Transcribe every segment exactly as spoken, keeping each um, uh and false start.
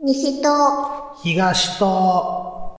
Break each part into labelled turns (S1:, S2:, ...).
S1: 西と
S2: 東と。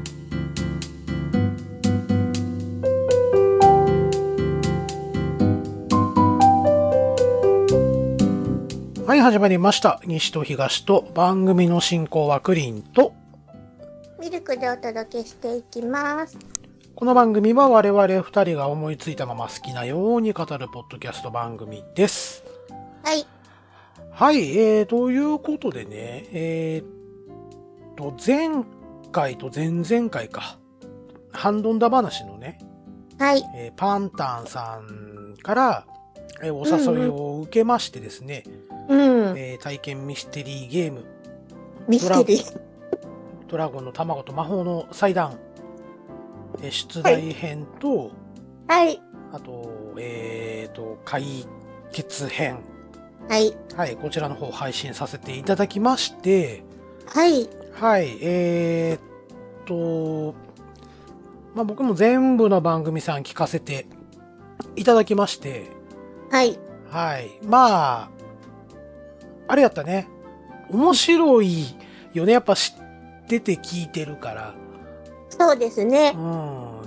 S2: はい、始まりました。西と東と。番組の進行はクリンと
S1: ミルクでお届けしていきます。
S2: この番組は我々二人が思いついたまま好きなように語るポッドキャスト番組です。
S1: はい。
S2: はい、えー、ということでね、えー、と、前回と前々回か、ハンドンダ話のね、
S1: はい。
S2: えーパンタンさんから、えーお誘いを受けましてですね、
S1: うん。
S2: えー体験ミステリーゲーム、
S1: ミステリー。
S2: ドラゴンの卵と魔法の祭壇、えー出
S1: はい。
S2: 題編と、
S1: はい。
S2: あと、えーと、解決編。
S1: はい。
S2: はい、こちらの方配信させていただきまして、
S1: はい。
S2: はい、えーと、まあ、僕も全部の番組さん聞かせていただきまして、
S1: はい。
S2: はい、まあ、あれやったね。面白いよね。やっぱ知ってて聞いてるから。
S1: そうですね。
S2: うん。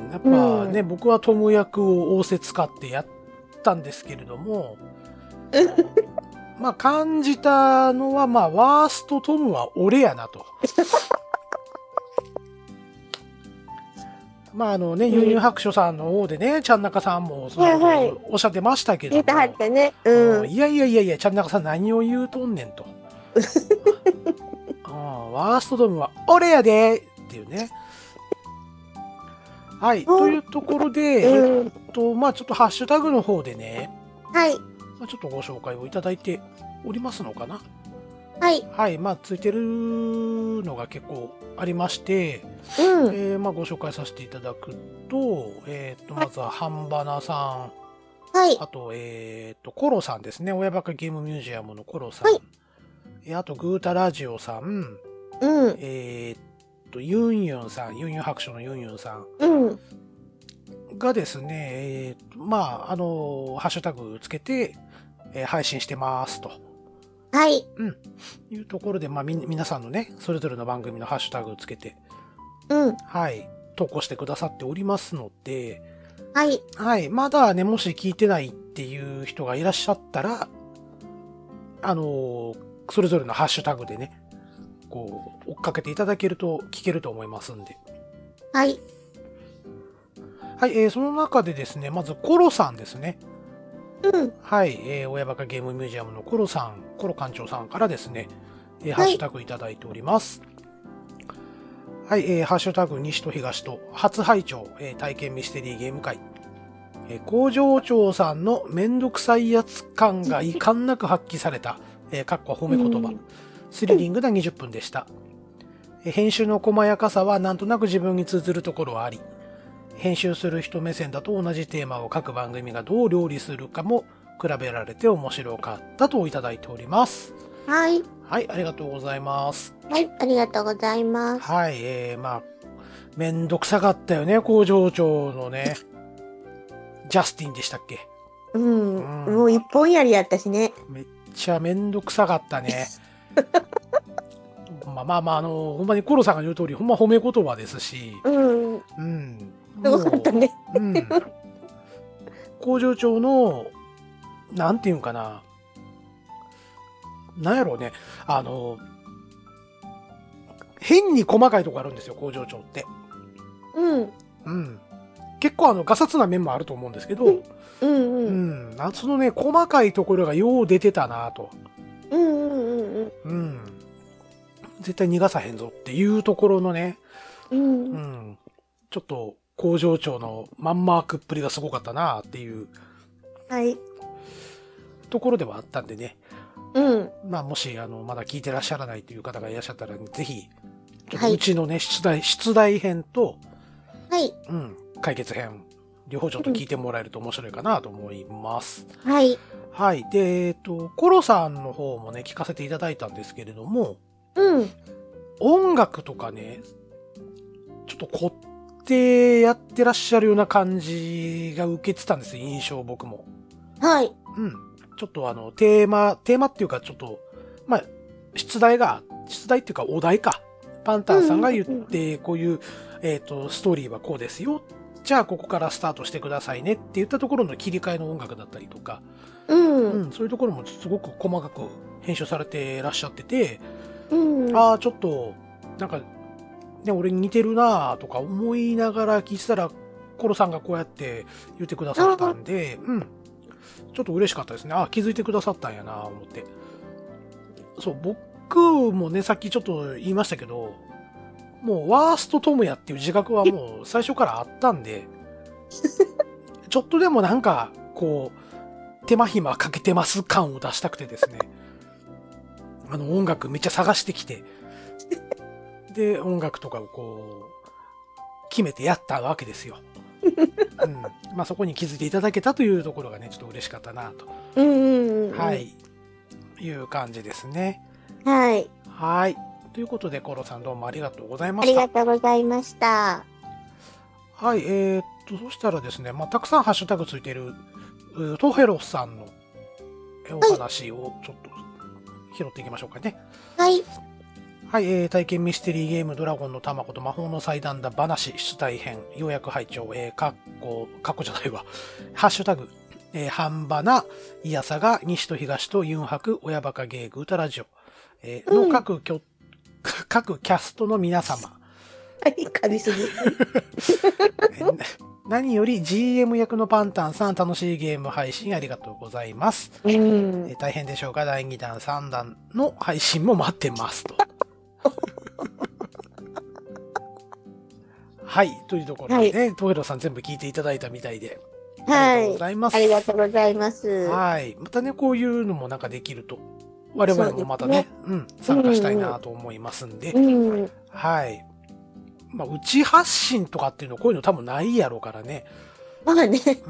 S2: やっぱね、
S1: うん。
S2: 僕はトム役を仰せ使ってやったんですけれども、まあ感じたのは、まあワーストトムは俺やなと。まああのね、ユンユン白書さんの方でね、ちゃんなかさんもそういうこと
S1: はいはい。
S2: をおっしゃってましたけど
S1: 言ってはっ
S2: も、
S1: てね。
S2: うん、
S1: うん。
S2: いやいやいやいや、ちゃんなかさん何を言うとんねんと。うん、ワーストトムは俺やでっていうね。はい。というところで、えっ
S1: うん。
S2: と、まあちょっとハッシュタグの方でね、
S1: はい。
S2: まあ、ちょっとご紹介をいただいておりますのかな。
S1: はい。
S2: はい。まあついてるのが結構ありまして、
S1: うん。
S2: えー、まあご紹介させていただくと、えっと、まずはハンバナさん、
S1: はい。
S2: あと、えっと、コロさんですね。親バカゲームミュージアムのコロさん。
S1: はい。
S2: えあと、グータラジオさん、
S1: うん。
S2: えっと、ユンユンさん、ユンユン白書のユンユンさん。
S1: うん。
S2: がですね、えー、まあ、あの、ハッシュタグつけて、えー配信してますと。
S1: はい。
S2: うん。いうところで、まあ、み、皆さんのね、それぞれの番組のハッシュタグつけて、
S1: うん。
S2: はい、投稿してくださっておりますので、
S1: はい。
S2: はい、まだね、もし聞いてないっていう人がいらっしゃったら、あのーそれぞれのハッシュタグでね、こう、追っかけていただけると聞けると思いますんで。
S1: はい。
S2: はい、えーその中でですね、まずコロさんですね。
S1: うん。
S2: はい、えー、親バカゲームミュージアムのコロさん、コロ館長さんからですね、えーハッ
S1: はい。
S2: シュタグいただいております。はい、えーハッシュタグ西と東と初拝聴、えー体験ミステリーゲーム会。えー工場長さんのめんどくさいやつ感が遺憾なく発揮された、えー、かっこ褒め言葉。スリリングなにじゅっぷんでした。えー編集の細やかさはなんとなく自分に通ずるところはあり、編集する人目線だと同じテーマを各番組がどう料理するかも比べられて面白かったといただいております。
S1: はい。
S2: はい、ありがとうございます。
S1: はい。ありがとうございます。
S2: はい、えー、まあ、めんどくさかったよね、工場長のね、ジャスティンでしたっけ。
S1: うん。
S2: うん、
S1: もう一本やりやったしね。
S2: めっちゃめんどくさかったね。まあまあまあ、あの、ほんまにコロさんが言う通り、ほんま褒め言葉ですし、
S1: うん。
S2: うん、
S1: すごかったね。
S2: う、うん、工場長の、なんていうんかな、なんやろうね、あの、変に細かいとこあるんですよ、工場長って。
S1: うん。
S2: うん。結構あの、ガサツな面もあると思うんですけど、
S1: うんう
S2: うんん。そのね、細かいところがよう出てたなと。
S1: うんうんうん
S2: うん。絶対逃がさへんぞっていうところのね、
S1: うんうん。
S2: うん。ちょっと、工場長のマンマークっぷりがすごかったなっていう
S1: はい。
S2: ところではあったんでね。
S1: うん。
S2: まあ、もし、あの、まだ聞いてらっしゃらないという方がいらっしゃったら、ぜひ、ちょっ
S1: はい。
S2: とうちのね、出題、出題編と、
S1: はい。
S2: うん、解決編、両方ちょっと聞いてもらえると面白いかなと思います。
S1: はい。
S2: はい。で、えっと、コロさんの方もね、聞かせていただいたんですけれども、
S1: うん。
S2: 音楽とかね、ちょっと凝ってやってらっしゃるような感じが受けてたんですよ、印象僕も。
S1: はい。
S2: うん。ちょっとあの、テーマ、テーマっていうかちょっと、まあ、出題が出題っていうかお題か。パンタンさんが言って、こういう、えっと、ストーリーはこうですよ。じゃあここからスタートしてくださいねって言ったところの切り替えの音楽だったりとか、
S1: うん。
S2: うん、そういうところもすごく細かく編集されてらっしゃってて、
S1: うん。
S2: ああ、ちょっと、なんか、ね、俺に似てるなぁとか思いながら聞いてたら、コロさんがこうやって言ってくださったんで、うん。ちょっと嬉しかったですね。あ、気づいてくださったんやなぁ思って。そう、僕もね、さっきちょっと言いましたけど、もうワーストトムヤっていう自覚はもう最初からあったんで、ちょっとでもなんか、こう、手間暇かけてます感を出したくてですね。あの音楽めっちゃ探してきて、で、音楽とかをこう、決めてやったわけですよ。うん。まあそこに気づいていただけたというところがね、ちょっと嬉しかったなと。
S1: うんうんうん。
S2: はい。いう感じですね。
S1: はい。
S2: はい。ということで、コロさんどうもありがとうございま
S1: あり
S2: した。
S1: がとうございました。
S2: はい。えー、っと、そしたらですね、まあたくさんハッシュタグついてる、うトヘロスさんのえお話をちょっと拾っていきましょうかね。
S1: はい。
S2: はい、えー、体験ミステリーゲームドラゴンの卵と魔法の祭壇だ話出題編、ようやく拝聴、えー、かっこ、かっこじゃないわ。ハッシュタグ、えー、半ばな、いやさが、西と東とユンハク、親バカゲーグータラジオ、えー、の各きょ、各キャストの皆様。
S1: はい、噛みすぎ。
S2: えー何より ジーエム 役のパンタンさん、楽しいゲーム配信ありがとうございます。
S1: うん。
S2: えー大変でしょうか、だいにだん、さんだんの配信も待ってますと。はい。というところでね、トヘロさん全部聞いていただいたみたいで。ありがとうございます。
S1: ありがとうございます。
S2: はい。またね、こういうのもなんかできると、我々もまたね、うねうん、参加したいなと思いますんで。
S1: うんうん、
S2: はい。まあ、うち発信とかっていうの、こういうの多分ないやろうからね。
S1: まあね。
S2: うん。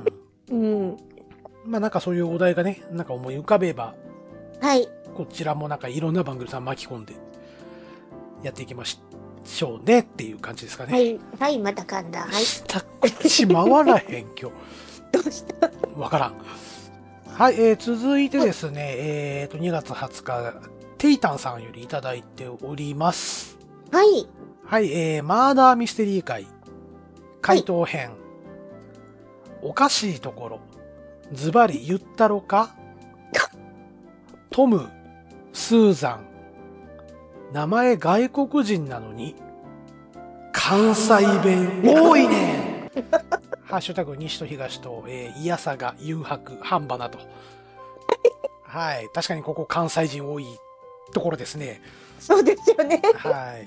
S1: うん。
S2: まあなんかそういうお題がね、なんか思い浮かべば、
S1: はい。
S2: こちらもなんかいろんな番組さん巻き込んで、やっていきましょうねっていう感じですかね。
S1: はい。はい、また噛んだ。はい。
S2: 下口回らへん、今日。
S1: どうした
S2: わからん。はい、えー、続いてですね、はい、えーと、にがつはつか、テイタンさんよりいただいております。
S1: はい。
S2: はい、えー、マーダーミステリー会、回答編、はい、おかしいところ、ズバリ言ったろかトム、スーザン、名前外国人なのに、関西弁多いねんハッシュタグ西と東と、えー、いやさが、誘白、半ばなと。はい。確かにここ関西人多いところですね。
S1: そうですよね。
S2: はい。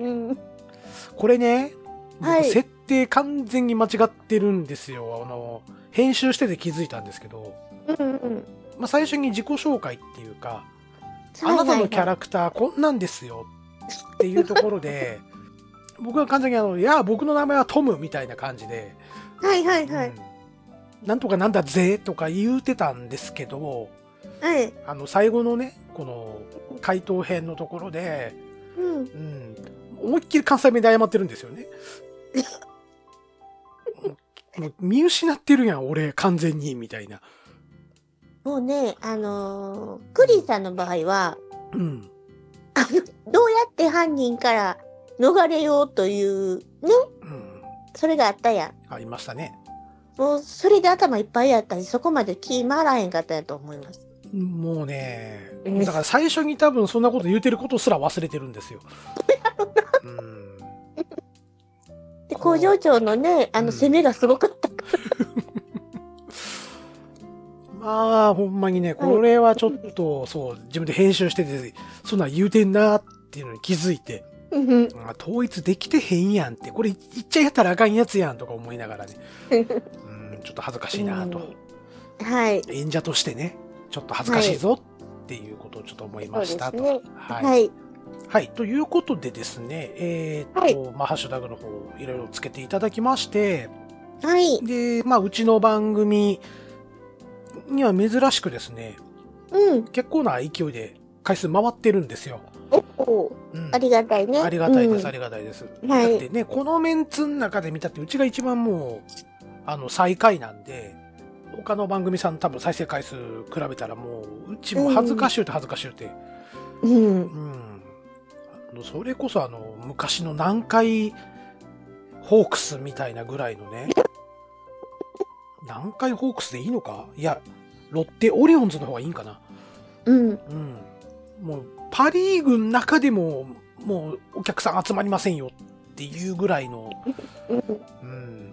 S1: うん。
S2: これね、僕、
S1: はい、
S2: 設定完全に間違ってるんですよ。あの、編集してて気づいたんですけど、
S1: うんうん、
S2: まあ、最初に自己紹介っていうか、あなたのキャラクターこんなんですよっていうところで、僕は完全にあの、いや、僕の名前はトムみたいな感じで、
S1: はいはいはい。
S2: うん、なんとかなんだぜとか言うてたんですけど、
S1: はい。
S2: あの、最後のね、この、回答編のところで、
S1: うん。
S2: うん、思いっきり関西弁で謝ってるんですよね。もう見失ってるやん、俺、完全に、みたいな。
S1: もうね、あのー、クリーさんの場合は、
S2: うん。
S1: あの、どうやって犯人から逃れようというね、うん、それがあったやん。
S2: ありましたね。
S1: もう、それで頭いっぱいやったし、そこまで気回らへんかったやと思います。
S2: もうね、だから最初に多分そんなこと言うてることすら忘れてるんですよ。うん、
S1: で、工場長のね、あの、攻めがすごかったから。
S2: うん、まあ、ほんまにね、これはちょっと、そう、自分で編集してて、そんなん言うてんなっていうのに気づいて、統一できてへんやんって、これ言っちゃやったらあかんやつやんとか思いながらね、うん、ちょっと恥ずかしいなと、
S1: うん。はい。
S2: 演者としてね、ちょっと恥ずかしいぞっていうことをちょっと思いましたと。
S1: はい。
S2: はい。
S1: はい。
S2: はい。ということでですね、えー、っと、はい、まあ、ハッシュタグの方、いろいろつけていただきまして、
S1: はい。
S2: で、まあ、うちの番組には珍しくですね、
S1: うん。
S2: 結構な勢いで回数回ってるんですよ。
S1: お、うん、ありがたいね。
S2: ありがたいです、うん、ありがたいです。
S1: はい、
S2: だってね、このメンツの中で見たって、うちが一番もう、あの、最下位なんで、他の番組さん多分再生回数比べたらもう、うちも恥ずかしゅうて恥ずかしゅうて。うん。うん。 ど、それこそあの、昔の南海ホークスみたいなぐらいのね、南海ホークスでいいのか、いや、ロッテオリオンズの方がいいんかな。
S1: うん。
S2: うん。もう、パリーグの中でも、もうお客さん集まりませんよっていうぐらいの、
S1: うん。
S2: うん、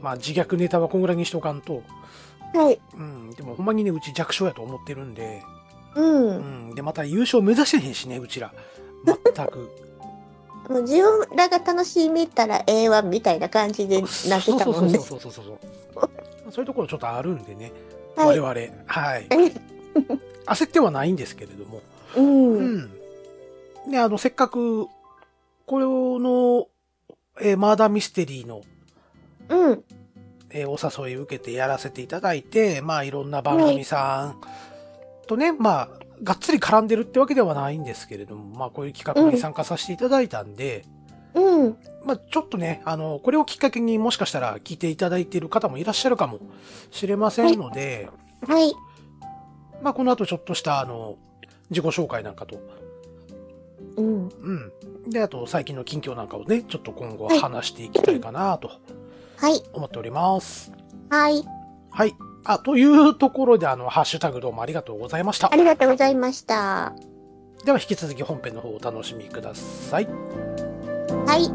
S2: まあ自虐ネタはこんぐらいにしとかんと、
S1: はい。
S2: うん、でもほんまにね、うち弱小やと思ってるんで、
S1: う。
S2: うんん、で、また優勝目指してへんしね、うちら。全く。
S1: もう自分らが楽しみたらええわみたいな感じでなってたもんね。
S2: そうそうそうそうそうそうそう。そういうところちょっとあるんでね。
S1: はい。
S2: 我々。はい。焦ってはないんですけれども。
S1: う。
S2: うんん。で、あの、せっかく、これの、えーマーダーミステリーの、
S1: うん。
S2: えーお誘い受けてやらせていただいて、まあ、いろんな番組さんとね、まあ、がっつり絡んでるってわけではないんですけれども、まあ、こういう企画に参加させていただいたんで、
S1: うん。
S2: まあ、ちょっとね、あの、これをきっかけにもしかしたら聞いていただいている方もいらっしゃるかもしれませんので、
S1: はい。
S2: まあ、この後ちょっとした、あの、自己紹介なんかと、
S1: うん。
S2: うん。で、あと、最近の近況なんかをね、ちょっと今後話していきたいかなと
S1: はい。
S2: 思っております。
S1: はい。
S2: はい。あ、というところで、あの、ハッシュタグどうもありがとうございました
S1: あ。りがとうございました。
S2: では、引き続き本編の方をお楽しみください。
S1: はい。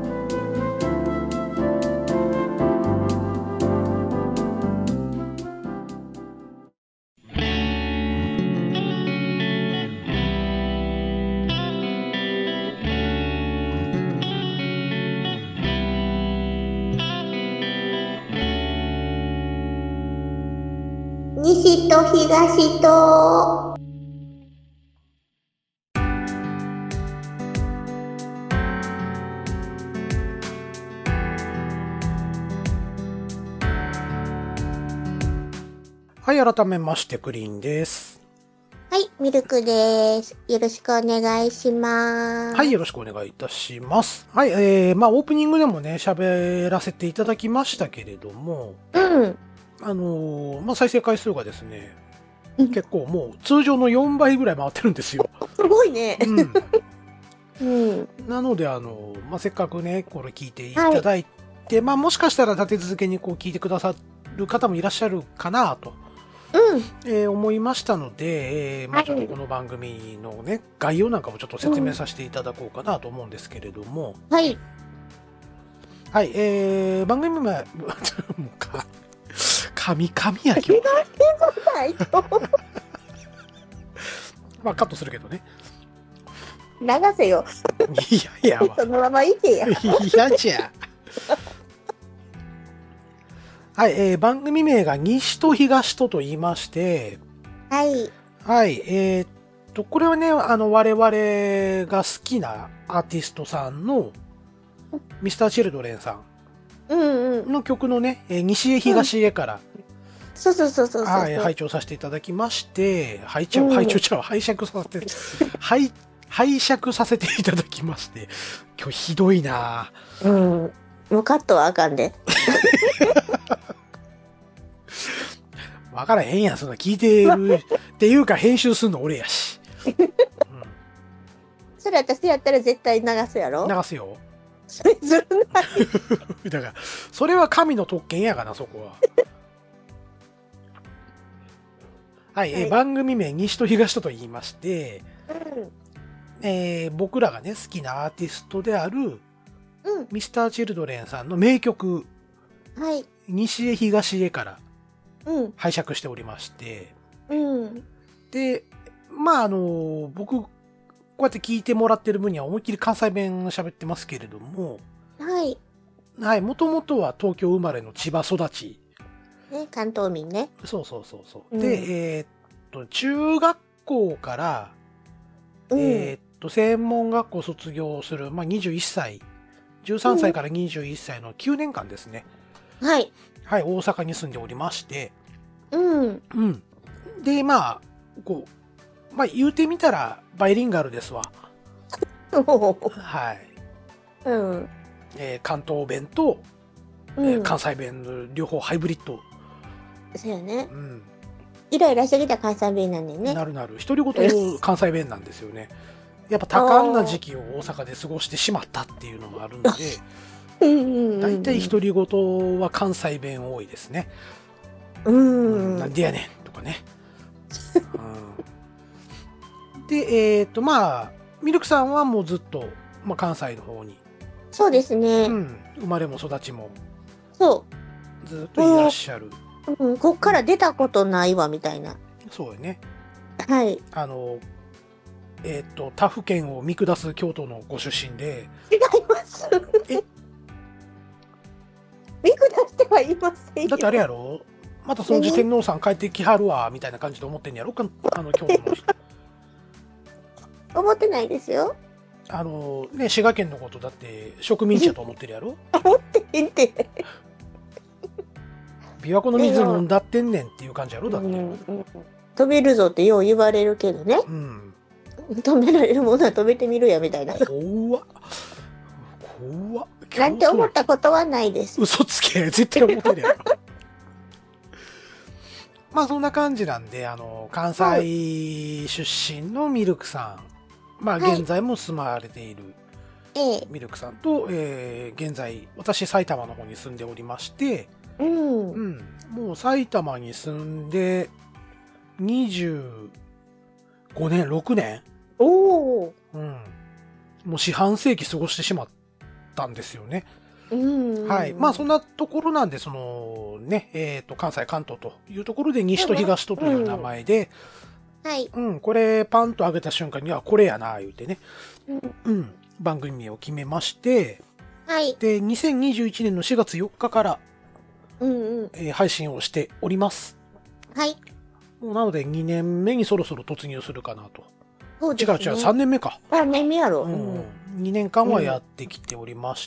S1: 西と東と。
S2: はい、改めまして、クリーンです。
S1: はい、ミルクです。よろしくお願いします。
S2: はい、よろしくお願いいたします。はい、えー、まあ、オープニングでもね、喋らせていただきましたけれども、
S1: うん。
S2: あのーまあ、再生回数がですね、
S1: うん
S2: 結構もう通常のよんばいぐらい回ってるんですよ。
S1: すごいね。
S2: うん。
S1: うん。
S2: なので、あのーまあ、せっかくね、これ聞いていただいて、まあ、もしかしたら立て続けにこう聞いてくださる方もいらっしゃるかなと、
S1: うん。
S2: えー思いましたので、えーまあ、
S1: はい
S2: ちょっとこの番組のね、概要なんかもちょっと説明させていただこうかなと思うんですけれども、
S1: はい。
S2: はい、えー、番組名、もうか、神々や今日。
S1: はい。
S2: まあ、カットするけどね。
S1: 流せよ。
S2: いやいやわ。
S1: そのままいけや。
S2: 嫌じゃ。はい、えー、番組名が西と東とと言いまして、
S1: はい。
S2: はい、えーっと、これはね、あの、我々が好きなアーティストさんの、ミスターチルドレンさ
S1: うんうん
S2: ん。の曲のね、えー西へ東へから、
S1: そうそうそうそうそう。
S2: はい、拝聴させていただきまして、拝聴、
S1: うん
S2: 拝聴ちゃう、拝借させて、拝、拝借させていただきまして、今日ひどいなぁ。
S1: うん。もうカットはあかんで。
S2: わからへんやん、そんな聞いてる。っていうか、編集すんの俺やし。
S1: それ私やったら絶対流すやろ
S2: うん、流すよ。
S1: それずるない。
S2: だから、それは神の特権やがな、そこは。はい、
S1: はい
S2: えー番組名、西と東とと言いまして、
S1: うん。
S2: えー僕らがね、好きなアーティストである、
S1: うん。
S2: ミスターチルドレンさんの名曲、
S1: はい。
S2: 西へ東へから
S1: うん。
S2: 拝借しておりまして、
S1: うん。
S2: で、まあ、あの、僕、こうやって聞いてもらってる分には思いっきり関西弁喋ってますけれども、
S1: はい。
S2: はい、もともとは東京生まれの千葉育ち。
S1: ね、関東民ね。
S2: そうそうそうそう。
S1: うん
S2: で、えーっと、中学校から、
S1: うん。
S2: えーっと、専門学校卒業する、まあ、にじゅういっさい、じゅうさんさいからにじゅういっさいのきゅうねんかんですね。
S1: はい。
S2: はい、大阪に住んでおりまして、
S1: うん。
S2: うん。で、まあ、こう、まあ、言うてみたら、バイリンガルですわ。はい。
S1: うん。
S2: えー関東弁と、
S1: うん。
S2: えー関西弁の両方ハイブリッド。
S1: そうやね
S2: う。ん。
S1: イライラしてきた関西弁なんでね。
S2: なるなる。独り言関西弁なんですよね。 やっぱ多感な時期を大阪で過ごしてしまったっていうのもあるので、だいたい独り言は関西弁多いですね。
S1: うん。
S2: なんでやねんとかね。うん、で、えっと、まあ、ミルクさんはもうずっと、まあ、関西の方に。
S1: そうですね。
S2: うん。生まれも育ちも。
S1: そう。
S2: ずっといらっしゃる。
S1: うん、こっから出たことないわ、みたいな。
S2: そうよね。
S1: はい。
S2: あの、えっと、他府県を見下す京都のご出身で。
S1: 違います。
S2: え
S1: 見下してはいませんよ。
S2: だってあれやろ、またその時天皇さん帰ってきはるわみたいな感じで思ってんやろか、あの京都の人。
S1: 思ってないですよ。
S2: あのね、滋賀県のことだって植民地やと思ってるやろ。
S1: 思ってへんて。
S2: 琵琶湖の水飲んだってんねんっていう感じやろだって、うんうん、
S1: 飛べるぞってよう言われるけどね、うん、止められるものは止めてみるやみたいな。
S2: 怖っ怖っ
S1: なんて思ったことはないです。
S2: 嘘つけ、絶対思ってるやろ。まあそんな感じなんで、あの関西出身のミルクさん、まあ現在も住まわれているミルクさんと、えー、現在私埼玉の方に住んでおりまして、うん、うん、もう埼玉に住んでにじゅうごねん、ろくねん、おー、うん、もう四半世紀過ごしてしまったんですよね。うん、はい。まあそんなところなんで、そのね、えっと、関西、関東というところで西と東とという名前で、うん、はい。うん、これパンと上げた瞬間にはこれやな、言うてね、うん、うん、番組名を決めまして、はい。で、にせんにじゅういちねんのしがつよっかから、うんうん、えー、配信をしております。はい。もうなのでにねんめにそろそろ突入するかなと。そうですね、違う違う、さんねんめか。
S1: さんねんめやろ。
S2: うん。にねんかんはやってきておりまして、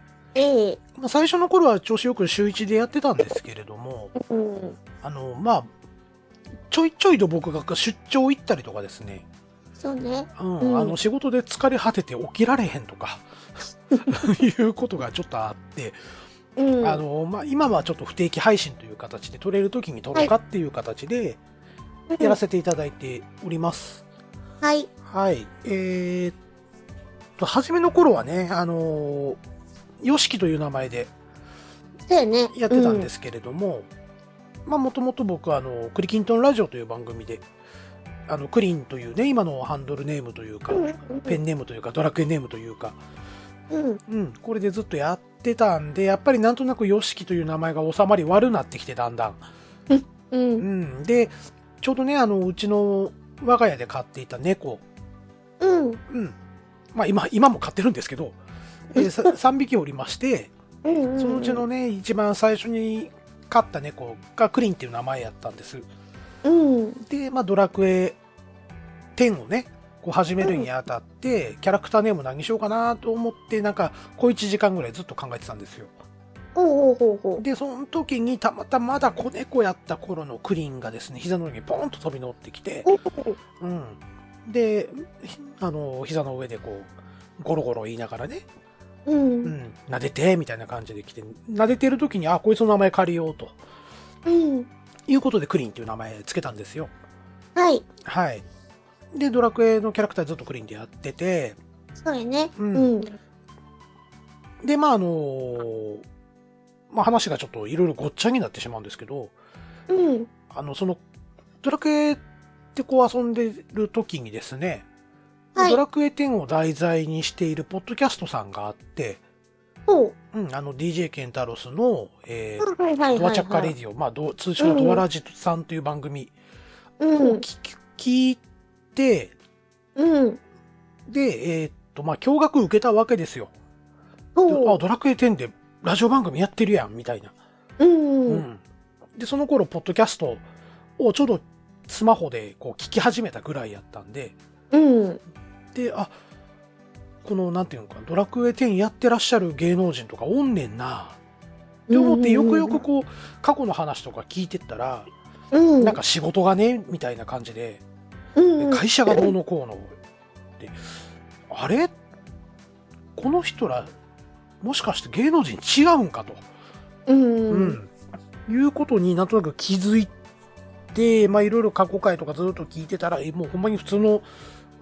S2: うん、ええ。まあ最初の頃は調子よく週いちでやってたんですけれども、うん、あの、まあ、ちょいちょいと僕が出張行ったりとかですね。
S1: そうね。
S2: うん。うん、あの、仕事で疲れ果てて起きられへんとか、いうことがちょっとあって、うん、あの、まあ、今はちょっと不定期配信という形で撮れる時に撮ろうかっていう形でやらせていただいております。はい。はい。えー、っと、初めの頃はね、あの、ヨシキという名前でやってたんですけれども、まあ、もともと僕はあの、クリキントンラジオという番組で、あの、クリンというね、今のハンドルネームというか、ペンネームというか、ドラクエネームというか、うん、うん、これでずっとやってたんで、やっぱりなんとなくヨシキという名前が収まり悪なってきて、だんだん。うん、うん。で、ちょうどね、あの、うちの我が家で飼っていた猫。うん。うん。まあ今、今も飼ってるんですけど、えー、さんびきおりまして、そのうちのね、一番最初に飼った猫がクリンっていう名前やったんです。うん。で、まあドラクエテンをね、こう始めるにあたって、うん、キャラクターネーム何にしようかなと思って、なんか、小いちじかんぐらいずっと考えてたんですよ。おうおうおうおう。で、その時にたまたままだ子猫やった頃のクリンがですね、膝の上にポーンと飛び乗ってきて、うん。で、あの、膝の上でこう、ゴロゴロ言いながらね、うん。うん。撫でて、みたいな感じで来て、撫でてる時に、あ、こいつの名前借りようと。うん。いうことでクリンっていう名前つけたんですよ。はい。はい。で、ドラクエのキャラクターずっとクリーンでやってて。そうやね。うん。うん、で、まあ、あのー、まあ話がちょっといろいろごっちゃになってしまうんですけど、うん。あの、その、ドラクエってこう遊んでる時にですね、はい、ドラクエテンを題材にしているポッドキャストさんがあって、うん、あの ディージェー ケンタロスの、えー、ドアチャッカレディオ、まあ、通称ドアラジさんという番組を聞いて、で、うん。で、えー、っと、まあ、驚愕受けたわけですよ。あ、ドラクエテンでラジオ番組やってるやん、みたいな。うん、うん。で、その頃、ポッドキャストをちょうどスマホでこう聞き始めたぐらいやったんで、うん。で、あ、この、なんていうのか、ドラクエテンやってらっしゃる芸能人とかおんねんな、って思って、よくよくこう、過去の話とか聞いてったら、うん、なんか仕事がね、みたいな感じで、うん、会社がどうのこうので、あれこの人らもしかして芸能人違うんかと、うん、うん、いうことになんとなく気づいて、まあいろいろ過去回とかずっと聞いてたら、もうほんまに普通の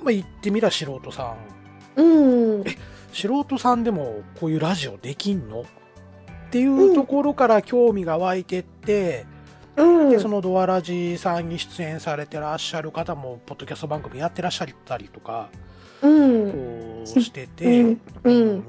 S2: まあ言ってみりゃ素人さ
S1: ん。うん。
S2: ん。え、素人さんでもこういうラジオできんのっていうところから興味が湧いてって、
S1: うん。
S2: で、そのドアラジさんに出演されてらっしゃる方も、ポッドキャスト番組やってらっしゃったりとか、
S1: うん。
S2: こうしてて、
S1: うん。うん。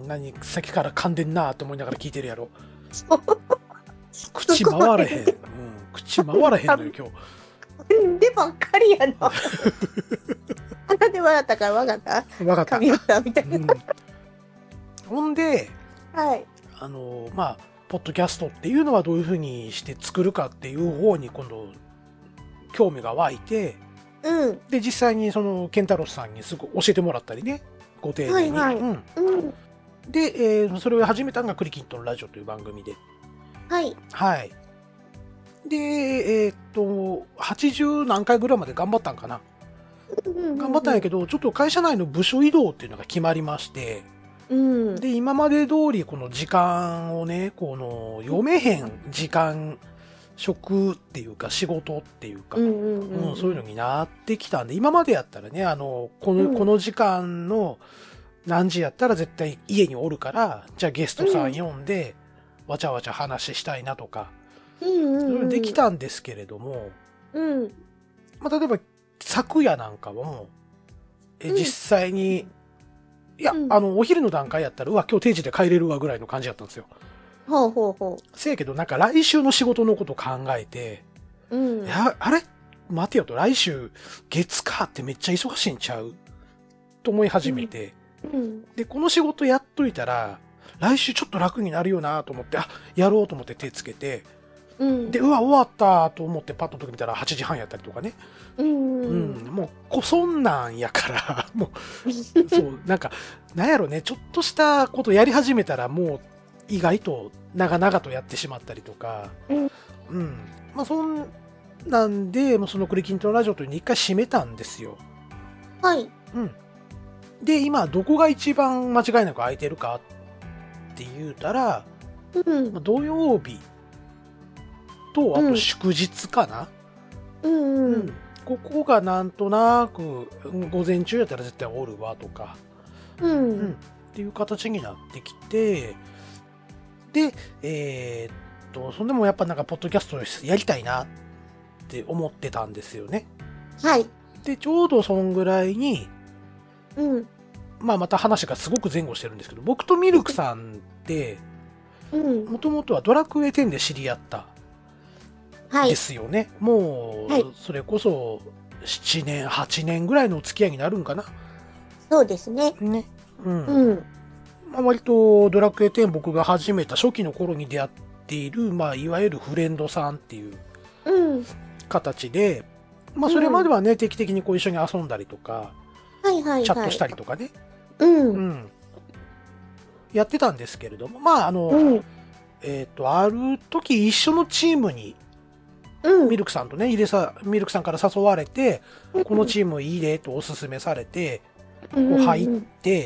S2: 何、さっきから噛んでんなと思いながら聞いてるやろ。
S1: そう
S2: 口回らへん。うん、口回らへんのよ、今日。
S1: でばっかりやな。鼻で笑ったから分かった
S2: わかった。
S1: 噛み合ったみたいな。
S2: うん、ほんで、
S1: はい。
S2: あの、まあ、ポッドキャストっていうのはどういうふうにして作るかっていう方に今度、興味が湧いて、
S1: うん。
S2: で、実際にその、ケンタロスさんにすごい教えてもらったりね、ご丁寧に。
S1: はいはい。
S2: うん、
S1: うん。
S2: で、えーそれを始めたのがクリキントンラジオという番組で。
S1: はい。
S2: はい。で、えーっと、はちじゅう何回ぐらいまで頑張ったんかな。頑張ったんやけ
S1: ど。
S2: ど、ちょっと会社内の部署移動っていうのが決まりまして、
S1: うん。
S2: で、今まで通りこの時間をね、この読めへん時間、職っていうか仕事っていうか、
S1: うんうんうん
S2: うん、そういうのになってきたんで、今までやったらね、あの、この、
S1: うん
S2: この時間の何時やったら絶対家におるから、じゃあゲストさん呼んで、わちゃわちゃ話したいなとか、
S1: うんうん
S2: そういう
S1: うん。
S2: のできたんですけれども、
S1: うん。
S2: まあ、例えば昨夜なんかも、え
S1: うん
S2: 実際に、いや、
S1: うん
S2: あの、お昼の段階やったら、うわ、今日定時で帰れるわぐらいの感じだったんですよ。
S1: ほうほうほ
S2: せやけど、なんか来週の仕事のこと考えて、
S1: う。うん。
S2: いや、あれ待てよと、来週、月火ってめっちゃ忙しいんちゃうと思い始めて、
S1: うん。
S2: で、この仕事やっといたら、来週ちょっと楽になるよなと思って、あ、やろうと思って手つけて、
S1: うん。
S2: で、うわ、終わったと思ってパッと時見たらはちじはんやったりとかね。
S1: うん。
S2: う
S1: うん。
S2: ん、もう、こ、そんなんやから、もう、そう、なんか、なんやろね、ちょっとしたことやり始めたら、もう、意外と長々とやってしまったりとか、
S1: うん
S2: うん。まあ、そんなんで、もうそのクリキントンラジオというのに一回閉めたんですよ。
S1: はい。
S2: うん。で、今、どこが一番間違いなく空いてるかって言うたら、
S1: うん。
S2: まあ土曜日と、あと祝日かな。
S1: うん。
S2: う
S1: うんん。
S2: ここがなんとなく、うん午前中やったら絶対おるわとか、
S1: う
S2: うん、
S1: ん。
S2: っていう形になってきて、で、えーっと、そんでもやっぱなんか、ポッドキャストやりたいなって思ってたんですよね。
S1: はい。
S2: で、ちょうどそんぐらいに、
S1: うん。
S2: まあまた話がすごく前後してるんですけど、僕とミルクさんって、
S1: うん。
S2: もともとはドラクエテンで知り合った
S1: はい。
S2: ですよね。も
S1: はい、
S2: うそれこそななねん、はちねんぐらいのお付き合いになるんかな。
S1: そうですね。
S2: ね。うん。
S1: うん。
S2: まあ、割とドラクエテン僕が始めた初期の頃に出会っている、まあ、いわゆるフレンドさんっていう
S1: うん。
S2: 形で、まあ、それまではね、定期的にこう一緒に遊んだりとか、
S1: はいはいはい。
S2: チャットしたりとかね、
S1: う。
S2: うんん。やってたんですけれども、まあ、あの、
S1: うん。
S2: えっと、ある時一緒のチームに、
S1: うん。
S2: ミルクさんとね、入れさ、ミルクさんから誘われて、このチームいいでとお勧めされて、こう入って、